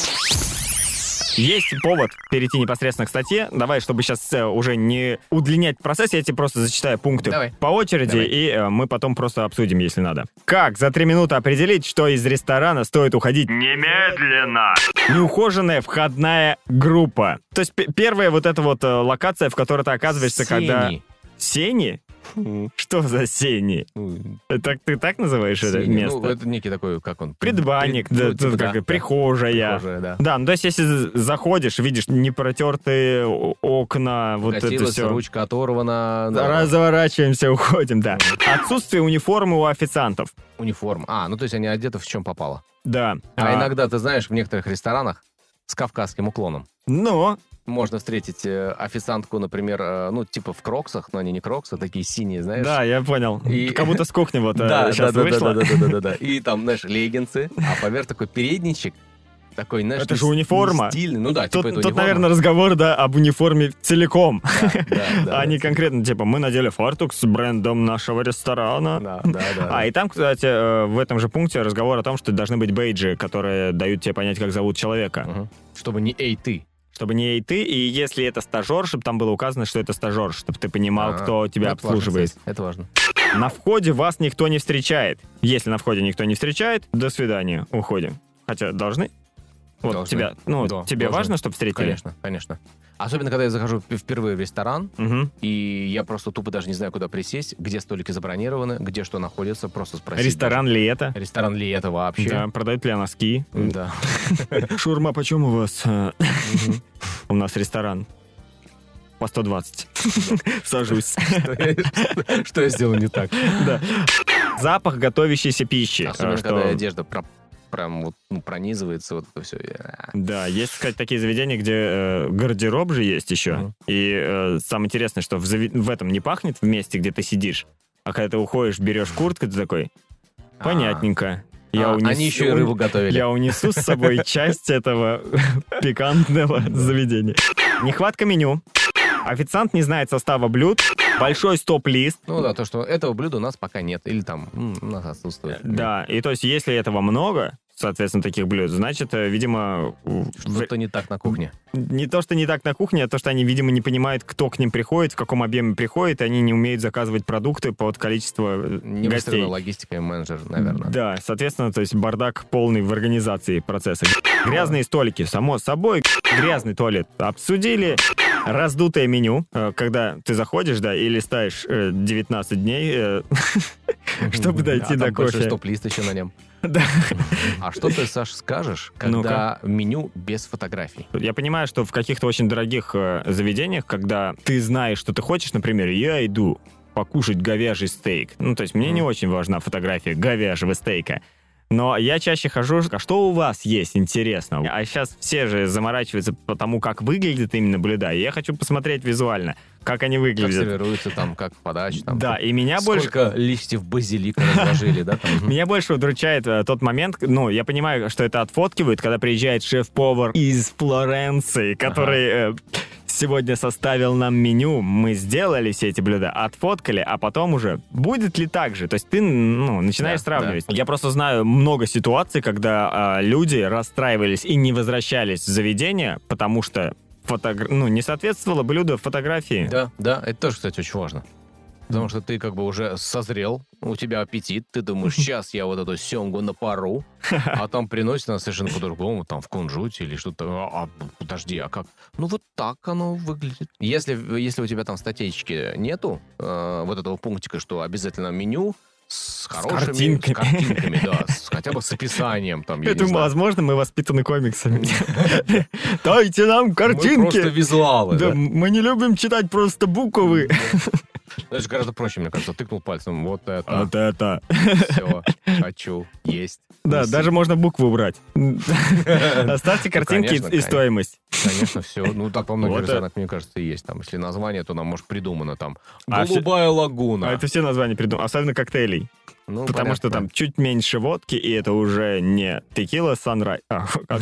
Есть повод перейти непосредственно к статье. Давай, чтобы сейчас э, уже не удлинять процесс, я тебе просто зачитаю пункты Давай. по очереди, Давай. и э, мы потом просто обсудим, если надо. Как за три минуты определить, что из ресторана стоит уходить немедленно? Неухоженная входная группа. То есть п- первая вот эта вот э, локация, в которой ты оказываешься, когда... Сени. Сени? М, Что за сени? ну, Это, ты так называешь это сени. место? Ну, это некий такой, как он? Предбанник, Пред- да, ну, тут типа, как да, и прихожая. Прихожая, да. Да, ну то есть если з- заходишь, видишь непротертые о- окна, вот это Покатилась, все. ручка оторвана. да. Разворачиваемся, уходим, да. Отсутствие униформы у официантов. Униформ. А, ну то есть они одеты в чем попало. Да. А, иногда, ты знаешь, в некоторых ресторанах с кавказским уклоном Но, можно встретить э, официантку, например, э, ну, типа в кроксах, но они не кроксы, такие синие, знаешь. да, я понял. И- Как будто с кухни вот э, да, сейчас да, да, вышло. да, да, да, да, да. И там, знаешь, леггинсы, а поверх такой передничек, такой, знаешь, Это не же с- униформа. не стильный. Ну да, Тут, типа это тут, униформа. наверное, разговор, да, об униформе целиком. Да, да, да, а не да. конкретно, типа, мы надели фартук с брендом нашего ресторана. Да, да, да. А, и там, кстати, э, в этом же пункте разговор о том, что должны быть бейджи, которые дают тебе понять, как зовут человека. Мгм. Чтобы не эй ты. Чтобы не эй ты, и если это стажер, чтобы там было указано, что это стажер, чтобы ты понимал, А, кто тебя это важно, обслуживает. кстати, это важно. На входе вас никто не встречает. Если на входе никто не встречает, до свидания, уходим. Хотя должны. Вот Должны. тебя, ну, Да, тебе должны. важно, чтобы встретили? Конечно, конечно. Особенно, когда я захожу п- впервые в ресторан, Мгм. и я просто тупо даже не знаю, куда присесть, где столики забронированы, где что находится, просто спросить. Ресторан ли это? даже. Ресторан ли это вообще? Да, продают ли носки? Да. Шурма, почем у вас? А, Мгм. У нас ресторан. По сто двадцать. Сажусь. Что я сделал не так? Да. Запах готовящейся пищи. Особенно, А, что- когда одежда про- прям вот ну, пронизывается, вот это все. Да, есть, кстати, такие заведения, где э, гардероб же есть еще. Мгм. И э, самое интересное, что в, зави- в этом не пахнет в месте, где ты сидишь. А когда ты уходишь, берешь куртку, ты такой, понятненько. Я А, унесу- Они еще и рыбу готовили. Я унесу с собой часть этого пикантного заведения. Нехватка меню. Официант не знает состава блюд. Большой стоп-лист. Ну да, то, что этого блюда у нас пока нет. Или там м, у нас отсутствует. Да, и то есть если этого много, соответственно, таких блюд, значит, э, видимо, в- Что-то не так на кухне. не то, что не так на кухне, а то, что они, видимо, не понимают, кто к ним приходит, в каком объеме приходит, и они не умеют заказывать продукты под количество э, Не гостей. выстроена логистика и менеджер, наверное. Да, соответственно, то есть бардак полный в организации процесса. Грязные столики, само собой, грязный туалет обсудили. Раздутое меню, э, когда ты заходишь, да, и листаешь э, девятнадцать дней, э, чтобы дойти А до там большой кофе. стоп-лист еще на нем. Да. А что ты, Саш, скажешь, когда меню без фотографий? Я понимаю, что в каких-то очень дорогих э, заведениях, когда ты знаешь, что ты хочешь, например, я иду покушать говяжий стейк. Ну, то есть мне не Мгм. очень важна фотография говяжьего стейка. Но я чаще хожу, а что у вас есть интересного? А сейчас все же заморачиваются по тому, как выглядят именно блюда. И я хочу посмотреть визуально, как они Как выглядят. сервируется там, как подача. Там, Да, и меня больше... Сколько листьев базилика разложили, да? там? Меня больше удручает э, тот момент, ну, я понимаю, что это отфоткивают, когда приезжает шеф-повар из Флоренции, который э, сегодня составил нам меню, мы сделали все эти блюда, отфоткали, а потом уже будет ли так же? То есть ты, ну, начинаешь Да, сравнивать. Я просто знаю много ситуаций, когда э, люди расстраивались и не возвращались в заведение, потому что фотогра... ну, не соответствовало блюдо фотографии. Да, да, это тоже, кстати, очень важно. Потому что ты как бы уже созрел, у тебя аппетит, ты думаешь, сейчас я вот эту семгу на пару, а там приносит она совершенно по-другому, там в кунжуте или что-то. А, а, подожди, а как? Ну вот так оно выглядит. Если, если у тебя там статейки нету, э, вот этого пунктика, что обязательно меню с хорошими картинками. с картинками, да, с- хотя бы с описанием там, я Это не знаю. возможно, мы воспитаны комиксами. Дайте нам Мы просто картинки. визуалы, Да, да? мы не любим читать просто буквы. Это же гораздо проще, мне кажется. Тыкнул пальцем, вот это, Вот это. все, хочу, есть. Да, неси. даже можно буквы убрать. Оставьте картинки конечно, и конечно. стоимость. Конечно, все. Ну, так во многих Вот ресторанах, мне кажется, и есть. Там, если название, то нам, может, придумано там А все- «Голубая лагуна». А это все названия придумал, особенно коктейлей. Ну, Потому понятно. что там чуть меньше водки, и это уже не текила Sunrise. А, как?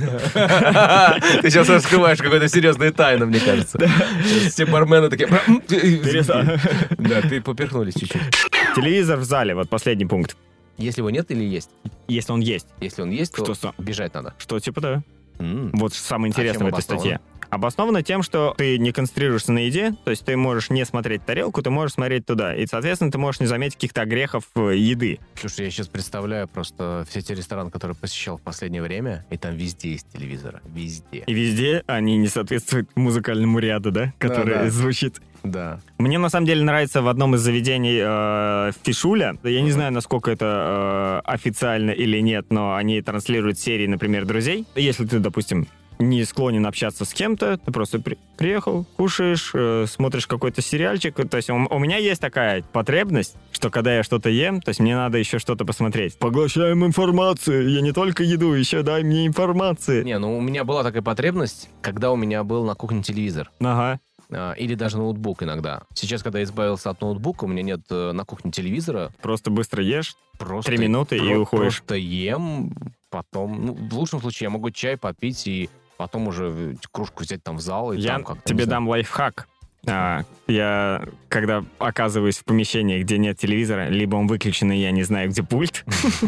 Ты сейчас раскрываешь какую-то серьезную тайну, мне кажется. Сейчас все бармены такие... Перестань. Да, ты поперхнулись чуть-чуть. Телевизор в зале, вот последний пункт. Если его нет или есть? Если он есть. Если он есть, то Что сам? бежать надо. Что типа да? М. Вот самое интересное чем в этой обосновано? статье. Обосновано тем, что ты не концентрируешься на еде, то есть ты можешь не смотреть тарелку, ты можешь смотреть туда. И, соответственно, ты можешь не заметить каких-то огрехов э, еды. Слушай, я сейчас представляю просто все те рестораны, которые посещал в последнее время, и там везде есть телевизоры. Везде. И везде они не соответствуют музыкальному ряду, да, который да. звучит. Да. Мне на самом деле нравится в одном из заведений э, фишуля. Я не Мгм. знаю, насколько это э, официально или нет, но они транслируют серии, например, друзей. Если ты, допустим, не склонен общаться с кем-то, ты просто при- приехал, кушаешь, э, смотришь какой-то сериальчик. То есть у, у меня есть такая потребность, что когда я что-то ем, то есть мне надо еще что-то посмотреть. Поглощаем информацию. Я не только еду, еще дай мне информации. Не, ну у меня была такая потребность, когда у меня был на кухне телевизор. Ага. А, Или даже ноутбук иногда. Сейчас, когда я избавился от ноутбука, у меня нет э, на кухне телевизора. Просто быстро ешь. Просто, Три минуты и про- уходишь. Просто ем, потом... Ну, в лучшем случае я могу чай попить и потом уже э, кружку взять там в зал. И Я там как-то, тебе не знаю. дам лайфхак. А, я, когда оказываюсь в помещении, где нет телевизора, либо он выключен, и я не знаю, где пульт,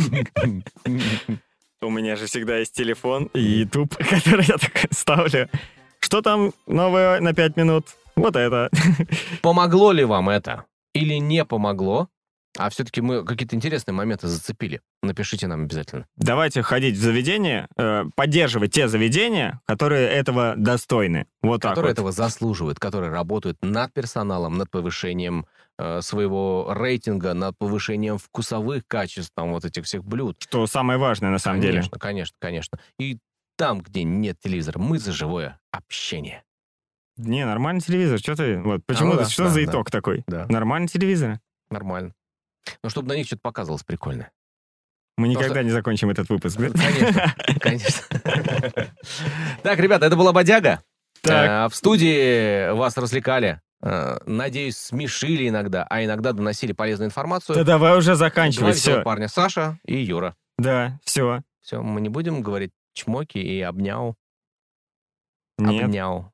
у меня же всегда есть телефон и YouTube, который я так ставлю. Что там новое на пять минут? Вот это. Помогло ли вам это? Или не помогло? А все-таки мы какие-то интересные моменты зацепили. Напишите нам обязательно. Давайте ходить в заведения, э, поддерживать те заведения, которые этого достойны. Вот так Которые вот. этого заслуживают, которые работают над персоналом, над повышением э, своего рейтинга, над повышением вкусовых качеств там, вот этих всех блюд. Что самое важное на самом деле. Конечно, конечно, конечно. И там, где нет телевизора, мы за живое общение. Не, нормальный телевизор. Что ты? Вот, почему? ну да, что да, за да. итог такой? Да. Нормальный телевизор. Нормально. Ну, чтобы на них что-то показывалось прикольное. Мы Потому никогда не закончим этот выпуск, да? Конечно, конечно. Так, ребята, это была «Бодяга». Так. Э, В студии вас развлекали. э, Надеюсь, смешили иногда, а иногда доносили полезную информацию. Да давай уже Два заканчивать. веселых Все. парня Саша и Юра. Да, все. Все, мы не будем говорить чмоки и обнял. Нет. Обнял.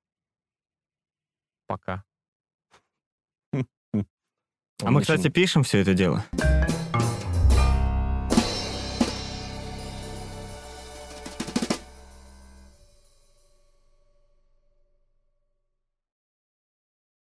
Пока. А мы, кстати, пишем все это дело.